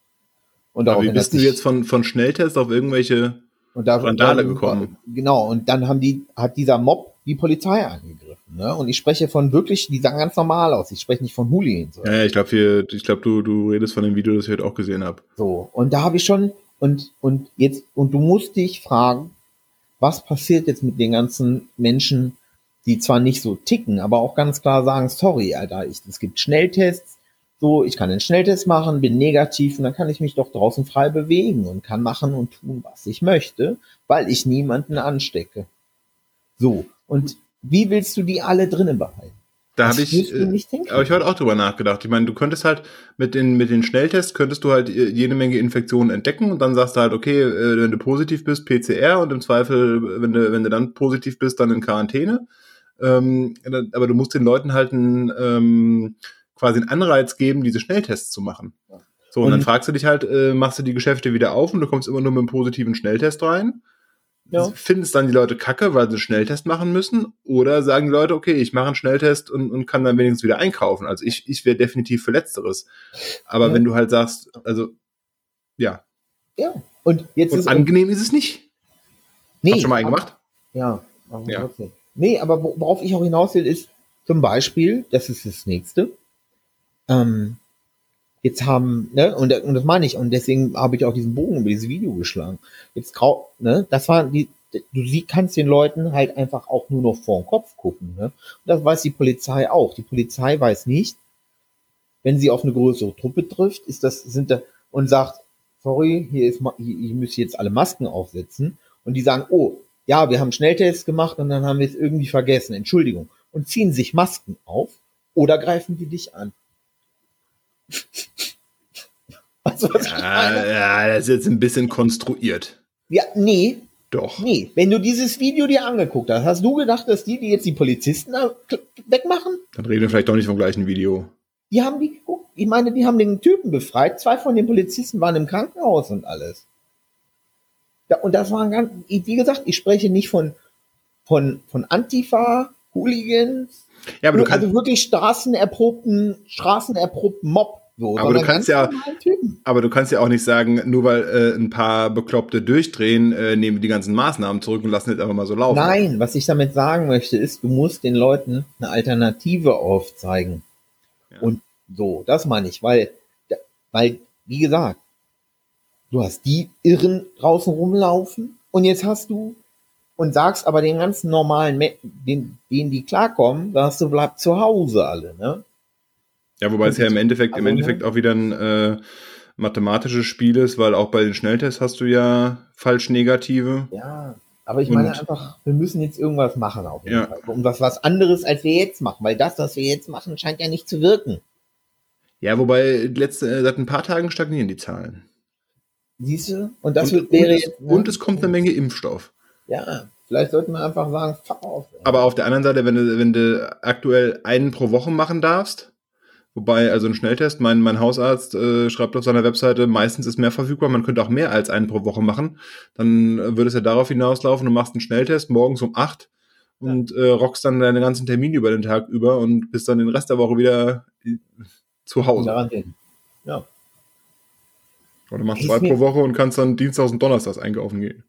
Und Aber wie bist du jetzt von, von Schnelltests auf irgendwelche und da, Randale dann, gekommen? Genau, und dann haben die, hat dieser Mob die Polizei angegriffen, ne? Und ich spreche von wirklich, die sahen ganz normal aus. Ich spreche nicht von Hooligans. Ja, ja, ich glaube, ich glaube, du, du redest von dem Video, das ich heute auch gesehen habe. So, und da habe ich schon, und, und jetzt, und du musst dich fragen, was passiert jetzt mit den ganzen Menschen, die zwar nicht so ticken, aber auch ganz klar sagen, sorry, Alter, ich, es gibt Schnelltests, so, ich kann einen Schnelltest machen, bin negativ und dann kann ich mich doch draußen frei bewegen und kann machen und tun, was ich möchte, weil ich niemanden anstecke. So, und wie willst du die alle drinnen behalten? Da habe ich, äh, aber ich heute auch drüber nachgedacht. Ich meine, du könntest halt mit den mit den Schnelltests könntest du halt jede Menge Infektionen entdecken und dann sagst du halt, okay, äh, wenn du positiv bist, P C R und im Zweifel, wenn du wenn du dann positiv bist, dann in Quarantäne. Ähm, aber du musst den Leuten halt einen, ähm, quasi einen Anreiz geben, diese Schnelltests zu machen. Ja. So, und, und dann fragst du dich halt, äh, machst du die Geschäfte wieder auf und du kommst immer nur mit einem positiven Schnelltest rein? Ja. Finden es dann die Leute kacke, weil sie einen Schnelltest machen müssen? Oder sagen die Leute, okay, ich mache einen Schnelltest und, und kann dann wenigstens wieder einkaufen? Also ich, ich wäre definitiv für Letzteres. Aber ja. wenn du halt sagst, also, ja. Ja, und jetzt und ist angenehm ist es nicht. Nee. Hast du schon mal einen gemacht? Ja, ja. Trotzdem. Nee, aber worauf ich auch hinaus will, ist zum Beispiel, das ist das Nächste, ähm, jetzt haben, ne, und, und das meine ich, und deswegen habe ich auch diesen Bogen über dieses Video geschlagen. Jetzt, ne, das war die, du sie kannst den Leuten halt einfach auch nur noch vor den Kopf gucken, ne? Und das weiß die Polizei auch. Die Polizei weiß nicht, wenn sie auf eine größere Truppe trifft, ist das, sind da, und sagt, sorry, hier ist, hier, hier müsst ihr jetzt alle Masken aufsetzen. Und die sagen, oh, ja, wir haben Schnelltests gemacht und dann haben wir es irgendwie vergessen, Entschuldigung. Und ziehen sich Masken auf oder greifen die dich an. Also, was ja, ja, das ist jetzt ein bisschen konstruiert. Ja, nee. Doch. Nee, wenn du dieses Video dir angeguckt hast, hast du gedacht, dass die, die jetzt die Polizisten wegmachen? Dann reden wir vielleicht doch nicht vom gleichen Video. Die haben die, ich meine, die haben den Typen befreit. Zwei von den Polizisten waren im Krankenhaus und alles. Ja, und das waren ganz, wie gesagt, ich spreche nicht von, von, von Antifa, Hooligans, ja, aber du kannst, also wirklich straßenerprobten, straßenerprobten Mob. So, aber du kannst ja, aber du kannst ja auch nicht sagen, nur weil äh, ein paar Bekloppte durchdrehen, äh, nehmen wir die ganzen Maßnahmen zurück und lassen jetzt einfach mal so laufen. Nein, was ich damit sagen möchte, ist, du musst den Leuten eine Alternative aufzeigen. Ja. Und so, das meine ich, weil, weil, wie gesagt, du hast die Irren draußen rumlaufen und jetzt hast du und sagst aber den ganzen normalen, den, denen die klarkommen, sagst du, bleib zu Hause alle, ne? Ja, wobei es ja im Endeffekt, also, im Endeffekt auch wieder ein äh, mathematisches Spiel ist, weil auch bei den Schnelltests hast du ja falsch Negative. Ja, aber ich und, meine einfach, wir müssen jetzt irgendwas machen auf jeden ja. Fall. Um was, was anderes, als wir jetzt machen, weil das, was wir jetzt machen, scheint ja nicht zu wirken. Ja, wobei letzte, seit ein paar Tagen stagnieren die Zahlen. Siehst du? Und das und, wäre und, jetzt. Und es kommt eine Menge Impfstoff. Ja, vielleicht sollten wir einfach sagen, fuck auf. Aber auf der anderen Seite, wenn du, wenn du aktuell einen pro Woche machen darfst, wobei, also ein Schnelltest, mein, mein Hausarzt äh, schreibt auf seiner Webseite, meistens ist mehr verfügbar, man könnte auch mehr als einen pro Woche machen, dann äh, würde es ja darauf hinauslaufen, du machst einen Schnelltest morgens um acht und äh, rockst dann deine ganzen Termine über den Tag über und bist dann den Rest der Woche wieder zu Hause. Ja. Oder du machst zwei pro Woche und kannst dann Dienstags und Donnerstags einkaufen gehen.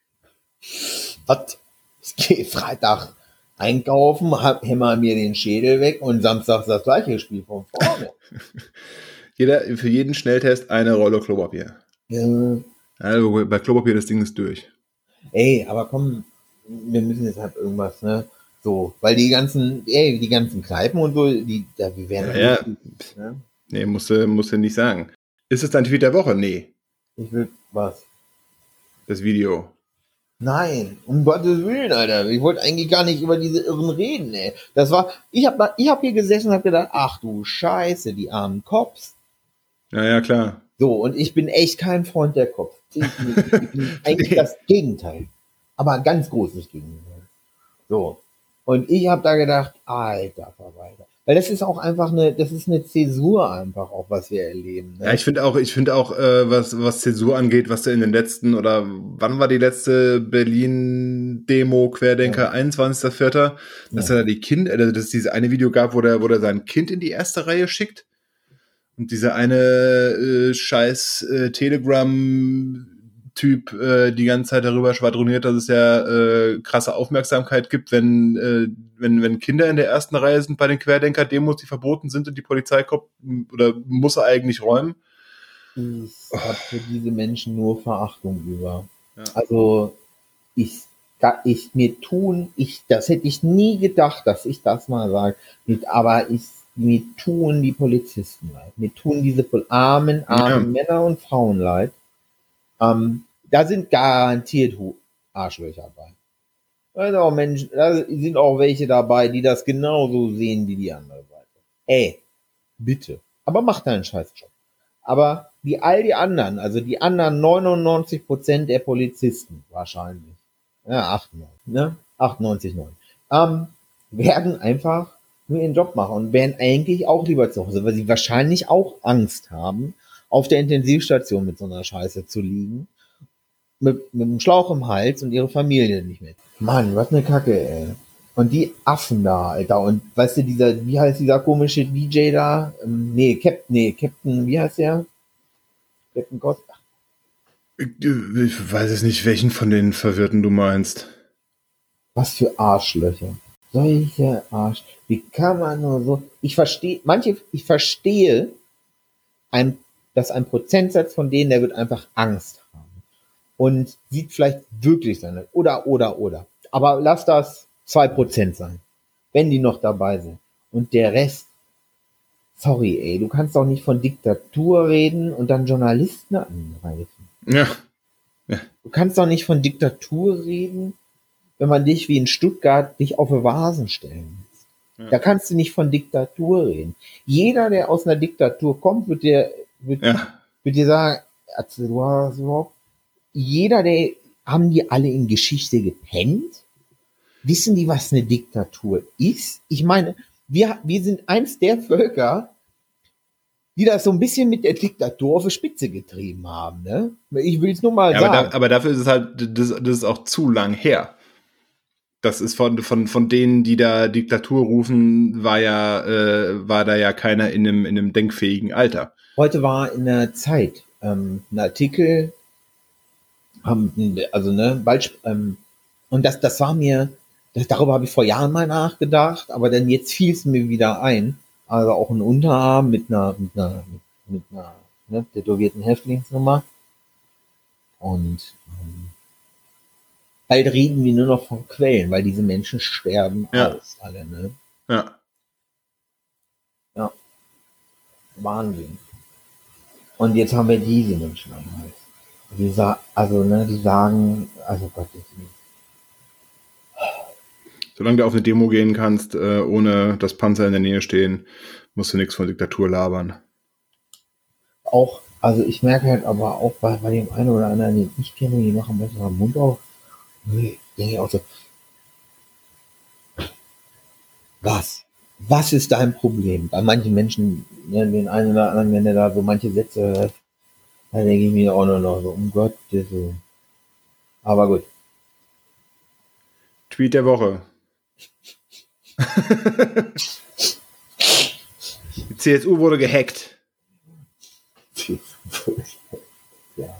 Was? Ich gehe Freitag einkaufen, hämmer mir den Schädel weg und samstags das gleiche Spiel von vorne. Jeder, für jeden Schnelltest eine Rolle Klopapier. Ja. Also bei Klopapier, das Ding ist durch. Ey, aber komm, wir müssen jetzt halt irgendwas, ne? So, weil die ganzen, ey, die ganzen Kneipen und so, die, da, die werden ja, ja. Nicht, ne? Nee, musst du, musst du nicht sagen. Ist es dein Tweet der Woche? Nee. Ich will, was? Das Video. Nein, um Gottes Willen, Alter. Ich wollte eigentlich gar nicht über diese Irren reden, ey. Das war, ich hab, ich hab hier gesessen und hab gedacht, ach du Scheiße, die armen Cops. Ja, ja, klar. So, und ich bin echt kein Freund der Cops. Ich bin, ich bin eigentlich nee. das Gegenteil. Aber ein ganz großes Gegenteil. So. Und ich habe da gedacht, alter Verwalter. Weil das ist auch einfach eine, das ist eine Zäsur einfach auch, was wir erleben. Ne? Ja, ich finde auch, ich finde auch, äh, was, was Zäsur angeht, was da in den letzten, oder wann war die letzte Berlin-Demo, Querdenker, Ja. einundzwanzigster vierter dass Ja. er da die Kind, äh, dass es dieses eine Video gab, wo der, wo der sein Kind in die erste Reihe schickt. Und dieser eine äh, scheiß äh, Telegram-Typ äh, die ganze Zeit darüber schwadroniert, dass es ja äh, krasse Aufmerksamkeit gibt, wenn, äh, wenn, wenn Kinder in der ersten Reihe sind bei den Querdenker-Demos, die verboten sind und die Polizei kommt oder muss er eigentlich räumen. Ich habe für diese Menschen nur Verachtung über. Ja. Also ich, da, ich mir tun, ich, das hätte ich nie gedacht, dass ich das mal sage, mit, aber ich, mir tun die Polizisten leid, mir tun diese armen, armen ja. Männer und Frauen leid. Ähm, da sind garantiert Arschlöcher bei. Da sind auch Menschen, da sind auch welche dabei, die das genauso sehen wie die andere Seite. Ey, bitte. Aber mach deinen Scheißjob. Aber die all die anderen, also die anderen neunundneunzig Prozent der Polizisten wahrscheinlich, ja, achtundneunzig, ne? achtundneunzig, neun, ähm, werden einfach nur ihren Job machen und wären eigentlich auch lieber zu Hause, weil sie wahrscheinlich auch Angst haben, auf der Intensivstation mit so einer Scheiße zu liegen, mit, mit einem Schlauch im Hals und ihre Familie nicht mit. Mann, was eine Kacke, ey. Und die Affen da, Alter. Und weißt du, dieser, wie heißt dieser komische D J da? Ähm, nee, Captain, nee, Captain, wie heißt der? Captain Costa. Ich, ich weiß es nicht, welchen von den Verwirrten du meinst. Was für Arschlöcher. Solche Arsch. Wie kann man nur so. Ich verstehe, manche, ich verstehe, ein, dass ein Prozentsatz von denen, der wird einfach Angst haben. Und sieht vielleicht wirklich seine. Oder, oder, oder. Aber lass das zwei Prozent sein. Wenn die noch dabei sind. Und der Rest. Sorry, ey, du kannst doch nicht von Diktatur reden und dann Journalisten angreifen. Ja. ja. Du kannst doch nicht von Diktatur reden, wenn man dich wie in Stuttgart dich auf eine Vasen stellen lässt. Ja. Da kannst du nicht von Diktatur reden. Jeder, der aus einer Diktatur kommt, wird dir, wird, ja. wird dir sagen, du hast überhaupt, jeder, der, haben die alle in Geschichte gepennt? Wissen die, was eine Diktatur ist? Ich meine, wir, wir sind eins der Völker, die das so ein bisschen mit der Diktatur auf die Spitze getrieben haben. Ne? Ich will es nur mal ja, sagen. Aber, da, aber dafür ist es halt, das, das ist auch zu lang her. Das ist von, von, von denen, die da Diktatur rufen, war ja, äh, war da ja keiner in einem, in einem denkfähigen Alter. Heute war in der Zeit ähm, ein Artikel, ähm, also ne, bald, ähm, und das, das war mir, das, darüber habe ich vor Jahren mal nachgedacht, aber dann jetzt fiel es mir wieder ein. Also auch ein Unterarm mit einer, mit einer, mit einer ne, tätowierten Häftlingsnummer. Und ähm, bald reden wir nur noch von Quellen, weil diese Menschen sterben ja. aus, alle, ne? Ja. Ja. Wahnsinn. Und jetzt haben wir diese Menschen am Hals. Die sa- also, ne, die sagen, also Gott, ist nicht. Solange du auf eine Demo gehen kannst, äh, ohne dass Panzer in der Nähe stehen, musst du nichts von Diktatur labern. Auch, also ich merke halt aber auch bei, bei dem einen oder anderen, den ich kenne, die machen besser den Mund auf. Nee, denke ich auch so. Was? Was ist dein Problem? Bei manchen Menschen, ne, den einen oder anderen, wenn er da so manche Sätze hört, dann denke ich mir auch nur noch so, um Gottes Willen. Aber gut. Tweet der Woche. Die C S U wurde gehackt. Ja.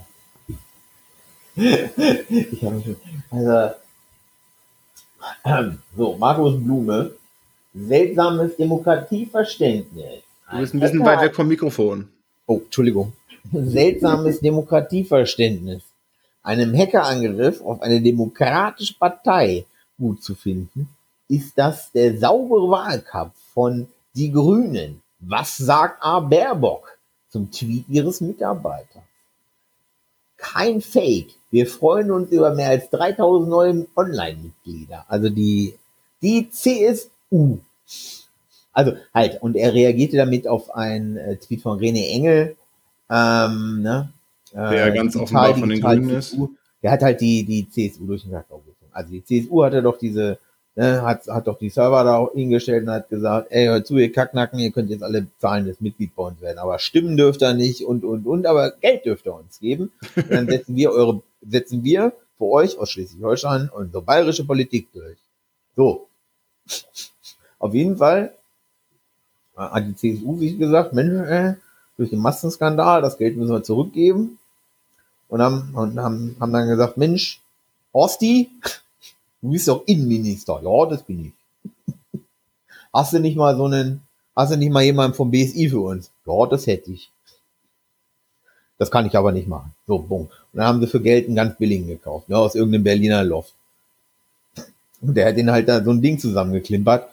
Ich habe schon. Also. Ähm, so, Markus Blume. Seltsames Demokratieverständnis. Du bist ein bisschen weit weg vom Mikrofon. Oh, Entschuldigung. Seltsames Demokratieverständnis. Einem Hackerangriff auf eine demokratische Partei gut zu finden, ist das der saubere Wahlkampf von Die Grünen. Was sagt A. Baerbock zum Tweet ihres Mitarbeiters? Kein Fake. Wir freuen uns über mehr als dreitausend neue Online-Mitglieder. Also die, die C S U. Also halt, und er reagierte damit auf einen äh, Tweet von René Engel, ähm, ne? Der ja ganz offenbar von den Grünen ist. Der hat halt die, die C S U durch den Kakao gezogen. Also die C S U hatte doch diese Ne, hat, hat doch die Server da auch hingestellt und hat gesagt, ey, hört zu, ihr Kacknacken, ihr könnt jetzt alle Zahlen des Mitglied bei uns werden, aber Stimmen dürft ihr nicht und, und, und, aber Geld dürft ihr uns geben. Und dann setzen wir eure, setzen wir für euch aus Schleswig-Holstein unsere bayerische Politik durch. So. Auf jeden Fall hat die C S U sich gesagt, Mensch, ey, durch den Massenskandal, das Geld müssen wir zurückgeben. Und haben, und haben, haben dann gesagt, Mensch, Horsti, du bist doch Innenminister. Ja, das bin ich. Hast du nicht mal so einen, hast du nicht mal jemanden vom B S I für uns? Ja, das hätte ich. Das kann ich aber nicht machen. So, bumm. Und dann haben sie für Geld einen ganz billigen gekauft, ne, aus irgendeinem Berliner Loft. Und der hat den halt da so ein Ding zusammengeklimpert.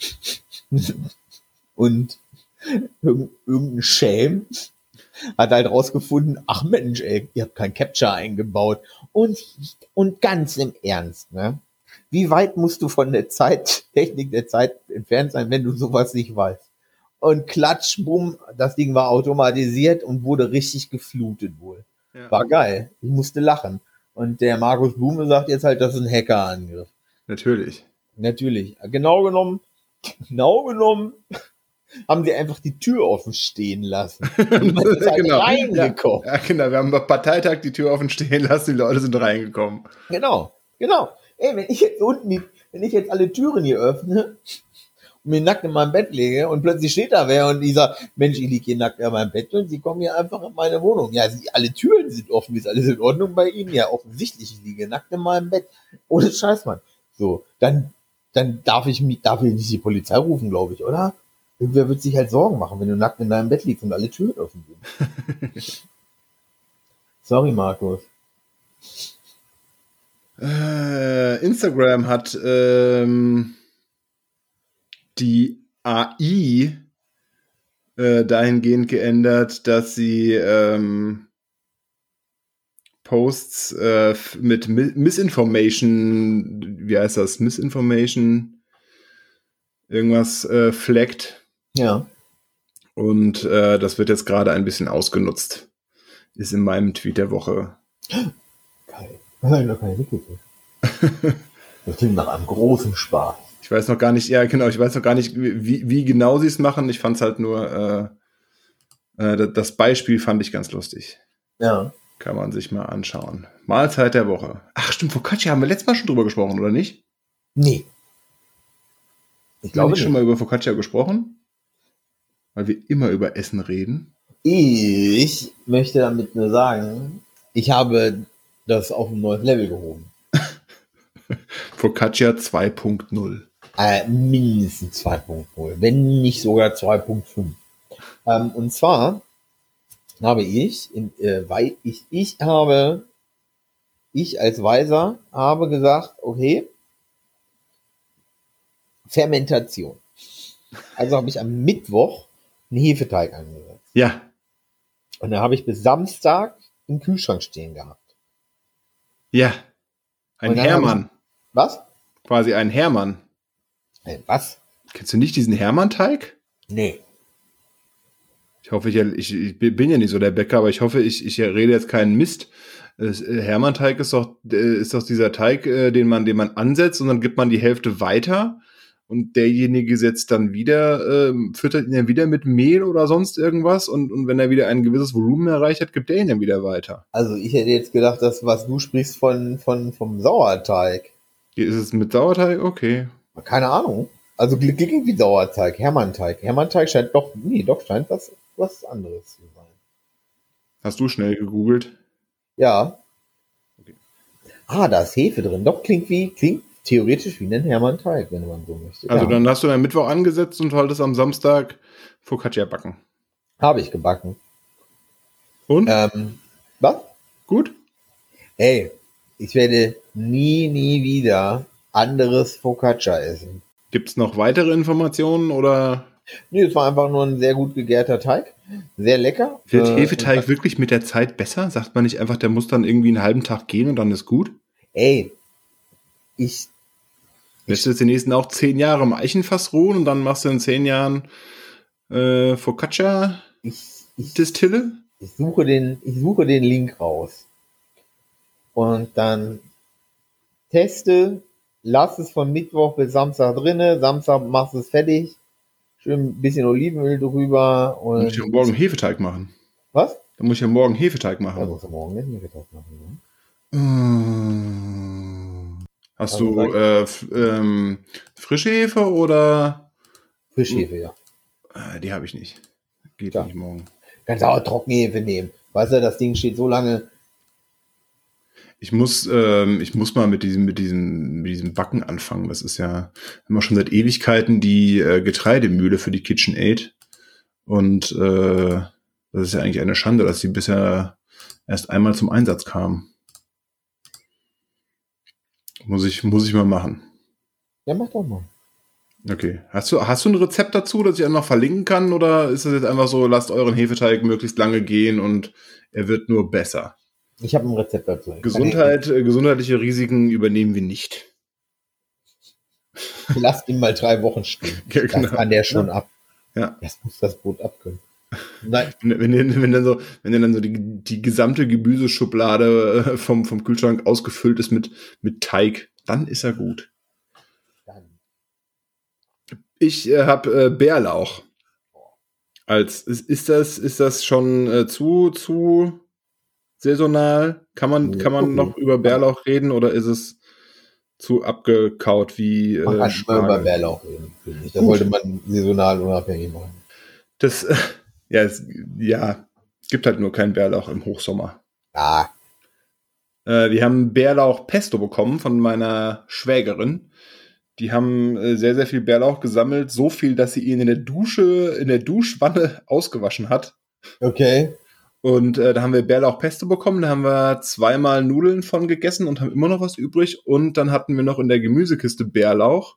Und irgendein Schelm hat halt rausgefunden, ach Mensch, ey, ihr habt kein Capture eingebaut. Und, und ganz im Ernst, ne? Wie weit musst du von der Zeit, Technik der Zeit entfernt sein, wenn du sowas nicht weißt? Und klatsch, bumm, das Ding war automatisiert und wurde richtig geflutet wohl. Ja. War geil. Ich musste lachen. Und der Markus Blume sagt jetzt halt, das ist ein Hackerangriff. Natürlich. Natürlich. Genau genommen, genau genommen, haben sie einfach die Tür offen stehen lassen. Und man ist halt genau. reingekommen. Ja, ja, genau. Wir haben beim Parteitag die Tür offen stehen lassen, die Leute sind reingekommen. Genau, genau. Ey, wenn ich jetzt unten, die, wenn ich jetzt alle Türen hier öffne und mir nackt in meinem Bett lege und plötzlich steht da wer und dieser Mensch, ich liege hier nackt in meinem Bett und sie kommen hier einfach in meine Wohnung. Ja, sie, alle Türen sind offen, ist alles in Ordnung bei Ihnen? Ja, offensichtlich, ich liege nackt in meinem Bett. Ohne Scheiß, Mann. So, dann, dann darf ich mich, darf ich nicht die Polizei rufen, glaube ich, oder? Irgendwer wird sich halt Sorgen machen, wenn du nackt in deinem Bett liegst und alle Türen offen sind. Sorry, Markus. Äh, Instagram hat ähm, die A I äh, dahingehend geändert, dass sie ähm, Posts äh, mit Misinformation, wie heißt das? Misinformation, irgendwas äh, flaggt. Ja. Und äh, das wird jetzt gerade ein bisschen ausgenutzt. Ist in meinem Tweet der Woche. Geil. Nein, noch keine Wiki. Das klingt nach einem großen Spaß. Ich weiß noch gar nicht, ja genau, ich weiß noch gar nicht, wie, wie genau sie es machen. Ich fand es halt nur, äh, äh, das Beispiel fand ich ganz lustig. Ja. Kann man sich mal anschauen. Mahlzeit der Woche. Ach stimmt, Focaccia haben wir letztes Mal schon drüber gesprochen, oder nicht? Nee. Ich glaube, ich schon mal über Focaccia gesprochen, weil wir immer über Essen reden. Ich möchte damit nur sagen, ich habe das auf ein neues Level gehoben. Focaccia zwei Punkt null. Äh, mindestens zwei Punkt null, wenn nicht sogar zwei Punkt fünf. Ähm, und zwar habe ich, in, äh, weil ich, ich habe, ich als Weiser habe gesagt, okay, Fermentation. Also habe ich am Mittwoch einen Hefeteig angesetzt. Ja. Und da habe ich bis Samstag im Kühlschrank stehen gehabt. Ja. Ein Hermann. Ich, was? Quasi ein Hermann. Ein was? Kennst du nicht diesen Hermann-Teig? Nee. Ich hoffe, ich, ich, ich bin ja nicht so der Bäcker, aber ich hoffe, ich, ich rede jetzt keinen Mist. Hermann-Teig ist doch, ist doch dieser Teig, den man, den man ansetzt und dann gibt man die Hälfte weiter und derjenige setzt dann wieder, äh, füttert ihn dann wieder mit Mehl oder sonst irgendwas und, und wenn er wieder ein gewisses Volumen erreicht hat, gibt er ihn dann wieder weiter. Also ich hätte jetzt gedacht, dass was du sprichst von, von vom Sauerteig. Ist es mit Sauerteig? Okay. Keine Ahnung. Also klingt wie Sauerteig, Hermann-Teig. Hermann-Teig scheint doch, nee, doch scheint was, was anderes zu sein. Hast du schnell gegoogelt? Ja. Okay. Ah, da ist Hefe drin. Doch, klingt wie, klingt theoretisch wie ein Hermann-Teig, wenn man so möchte. Also ja. Dann hast du am Mittwoch angesetzt und wolltest am Samstag Focaccia backen. Habe ich gebacken. Und? Ähm, was? Gut? Ey, ich werde nie, nie wieder anderes Focaccia essen. Gibt's noch weitere Informationen oder? Nee, es war einfach nur ein sehr gut gegärter Teig. Sehr lecker. Wird äh, Hefeteig wirklich mit der Zeit besser? Sagt man nicht einfach, der muss dann irgendwie einen halben Tag gehen und dann ist gut? Ey, ich... Lässt du jetzt die nächsten auch zehn Jahre im Eichenfass ruhen und dann machst du in zehn Jahren äh, Focaccia ich, ich, Distille? Ich suche den, ich suche den Link raus. Und dann teste lass es von Mittwoch bis Samstag drinne, Samstag machst du es fertig, schön ein bisschen Olivenöl drüber Dann und... muss ich ja morgen Hefeteig machen. Was? Dann muss ich ja morgen Hefeteig Ja, machen. musst du morgen nicht Hefeteig machen, ne? Mmh. Hast Also du äh, f- ähm, frische Hefe oder? Frischhefe, ja. Äh, die habe ich nicht. Geht Ja. nicht morgen. Kannst auch Trockenhefe nehmen. Weißt du, das Ding steht so lange. Ich muss, ähm, ich muss mal mit diesem, mit diesem, mit diesem Backen anfangen. Das ist ja immer schon seit Ewigkeiten die äh, Getreidemühle für die KitchenAid. Und äh, das ist ja eigentlich eine Schande, dass sie bisher erst einmal zum Einsatz kam. Muss ich, muss ich mal machen. Ja, mach doch mal. Okay. Hast du, hast du ein Rezept dazu, das ich auch noch verlinken kann? Oder ist es jetzt einfach so, lasst euren Hefeteig möglichst lange gehen und er wird nur besser? Ich habe ein Rezept dazu. Gesundheit, äh, gesundheitliche Risiken übernehmen wir nicht. Lass ihn mal drei Wochen stehen. Ja, genau. Das kann der schon ab. Ja. Das muss das Brot abkönnen. Nein. Wenn, wenn, wenn dann so, wenn dann so die, die gesamte Gemüseschublade vom, vom Kühlschrank ausgefüllt ist mit, mit Teig, dann ist er gut. Dann. Ich äh, habe äh, Bärlauch. Als ist, ist das ist das schon äh, zu zu saisonal? Kann man kann man noch über Bärlauch reden oder ist es zu abgekaut wie Man äh, kann schon über Spargel? Bärlauch reden, finde ich. Das Gut. sollte man saisonal unabhängig machen. Das äh, ja es, ja es gibt halt nur keinen Bärlauch im Hochsommer. Ah, Äh, wir haben Bärlauch-Pesto bekommen von meiner Schwägerin. Die haben äh, sehr, sehr viel Bärlauch gesammelt. So viel, dass sie ihn in der Dusche, in der Duschwanne ausgewaschen hat. okay. Und äh, da haben wir Bärlauch-Pesto bekommen. Da haben wir zweimal Nudeln von gegessen und haben immer noch was übrig. Und dann hatten wir noch in der Gemüsekiste Bärlauch.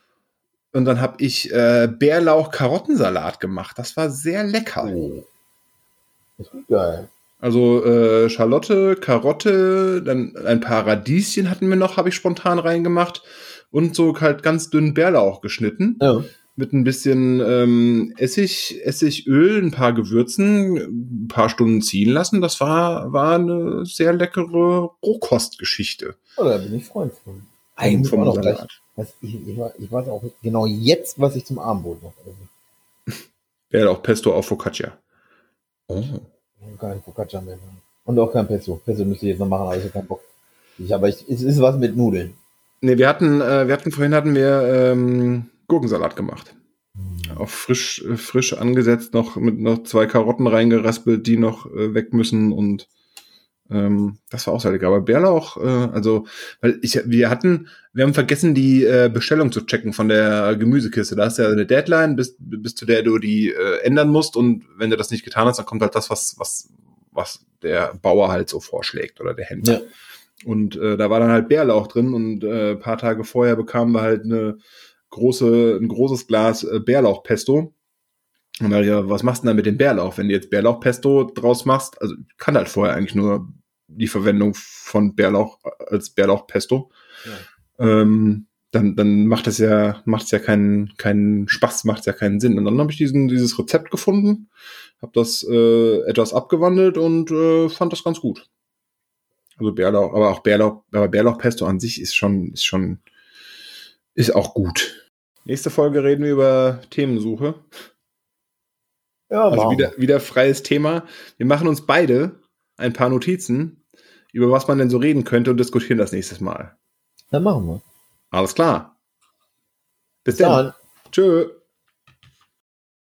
Und dann habe ich äh, Bärlauch-Karottensalat gemacht. Das war sehr lecker. Oh. Das ist geil. Also äh, Schalotte, Karotte, dann ein paar Radieschen hatten wir noch, habe ich spontan reingemacht und so halt ganz dünn Bärlauch geschnitten Ja. mit ein bisschen ähm, Essig, Essigöl, ein paar Gewürzen, ein paar Stunden ziehen lassen. Das war war eine sehr leckere Rohkostgeschichte. Oh, da bin ich Freund von. Eigentlich Vom auch noch Salat. gleich. Was, ich, ich, ich weiß auch genau jetzt, was ich zum Abendbrot noch esse. Bärlauch-Pesto auf Focaccia. Oh. Kein Focaccia mehr. Und auch kein Pesto. Pesto müsste ich jetzt noch machen, aber ich habe keinen Bock. Ich, aber ich, es ist was mit Nudeln. Nee, wir hatten, äh, wir hatten vorhin hatten wir ähm, Gurkensalat gemacht. Auch frisch, äh, frisch angesetzt, noch mit noch zwei Karotten reingeraspelt, die noch äh, weg müssen und ähm, das war auch sehr lecker. Aber Bärlauch, äh, also, weil ich, wir hatten, wir haben vergessen, die äh, Bestellung zu checken von der Gemüsekiste. Da hast du ja eine Deadline, bis, bis zu der du die äh, ändern musst und wenn du das nicht getan hast, dann kommt halt das, was, was, was der Bauer halt so vorschlägt oder der Händler. Ja. Und äh, da war dann halt Bärlauch drin und äh, ein paar Tage vorher bekamen wir halt eine große, ein großes Glas äh, Bärlauchpesto. Und dann, ja, was machst du denn da mit dem Bärlauch? Wenn du jetzt Bärlauchpesto draus machst, also ich kann halt vorher eigentlich nur die Verwendung von Bärlauch als Bärlauchpesto, Ja. ähm, dann, dann macht es ja, macht es ja keinen, keinen Spaß, macht es ja keinen Sinn. Und dann habe ich diesen, dieses Rezept gefunden, habe das äh, etwas abgewandelt und äh, fand das ganz gut. Also Bärlauch, aber auch Bärlauch, aber Bärlauchpesto an sich ist schon, ist schon, ist auch gut. Nächste Folge reden wir über Themensuche. Ja, Also machen wieder, wieder freies Thema. Wir machen uns beide ein paar Notizen, über was man denn so reden könnte und diskutieren das nächstes Mal. wir. Dann machen wir. Alles klar. Bis Bis dann. dann. Tschö.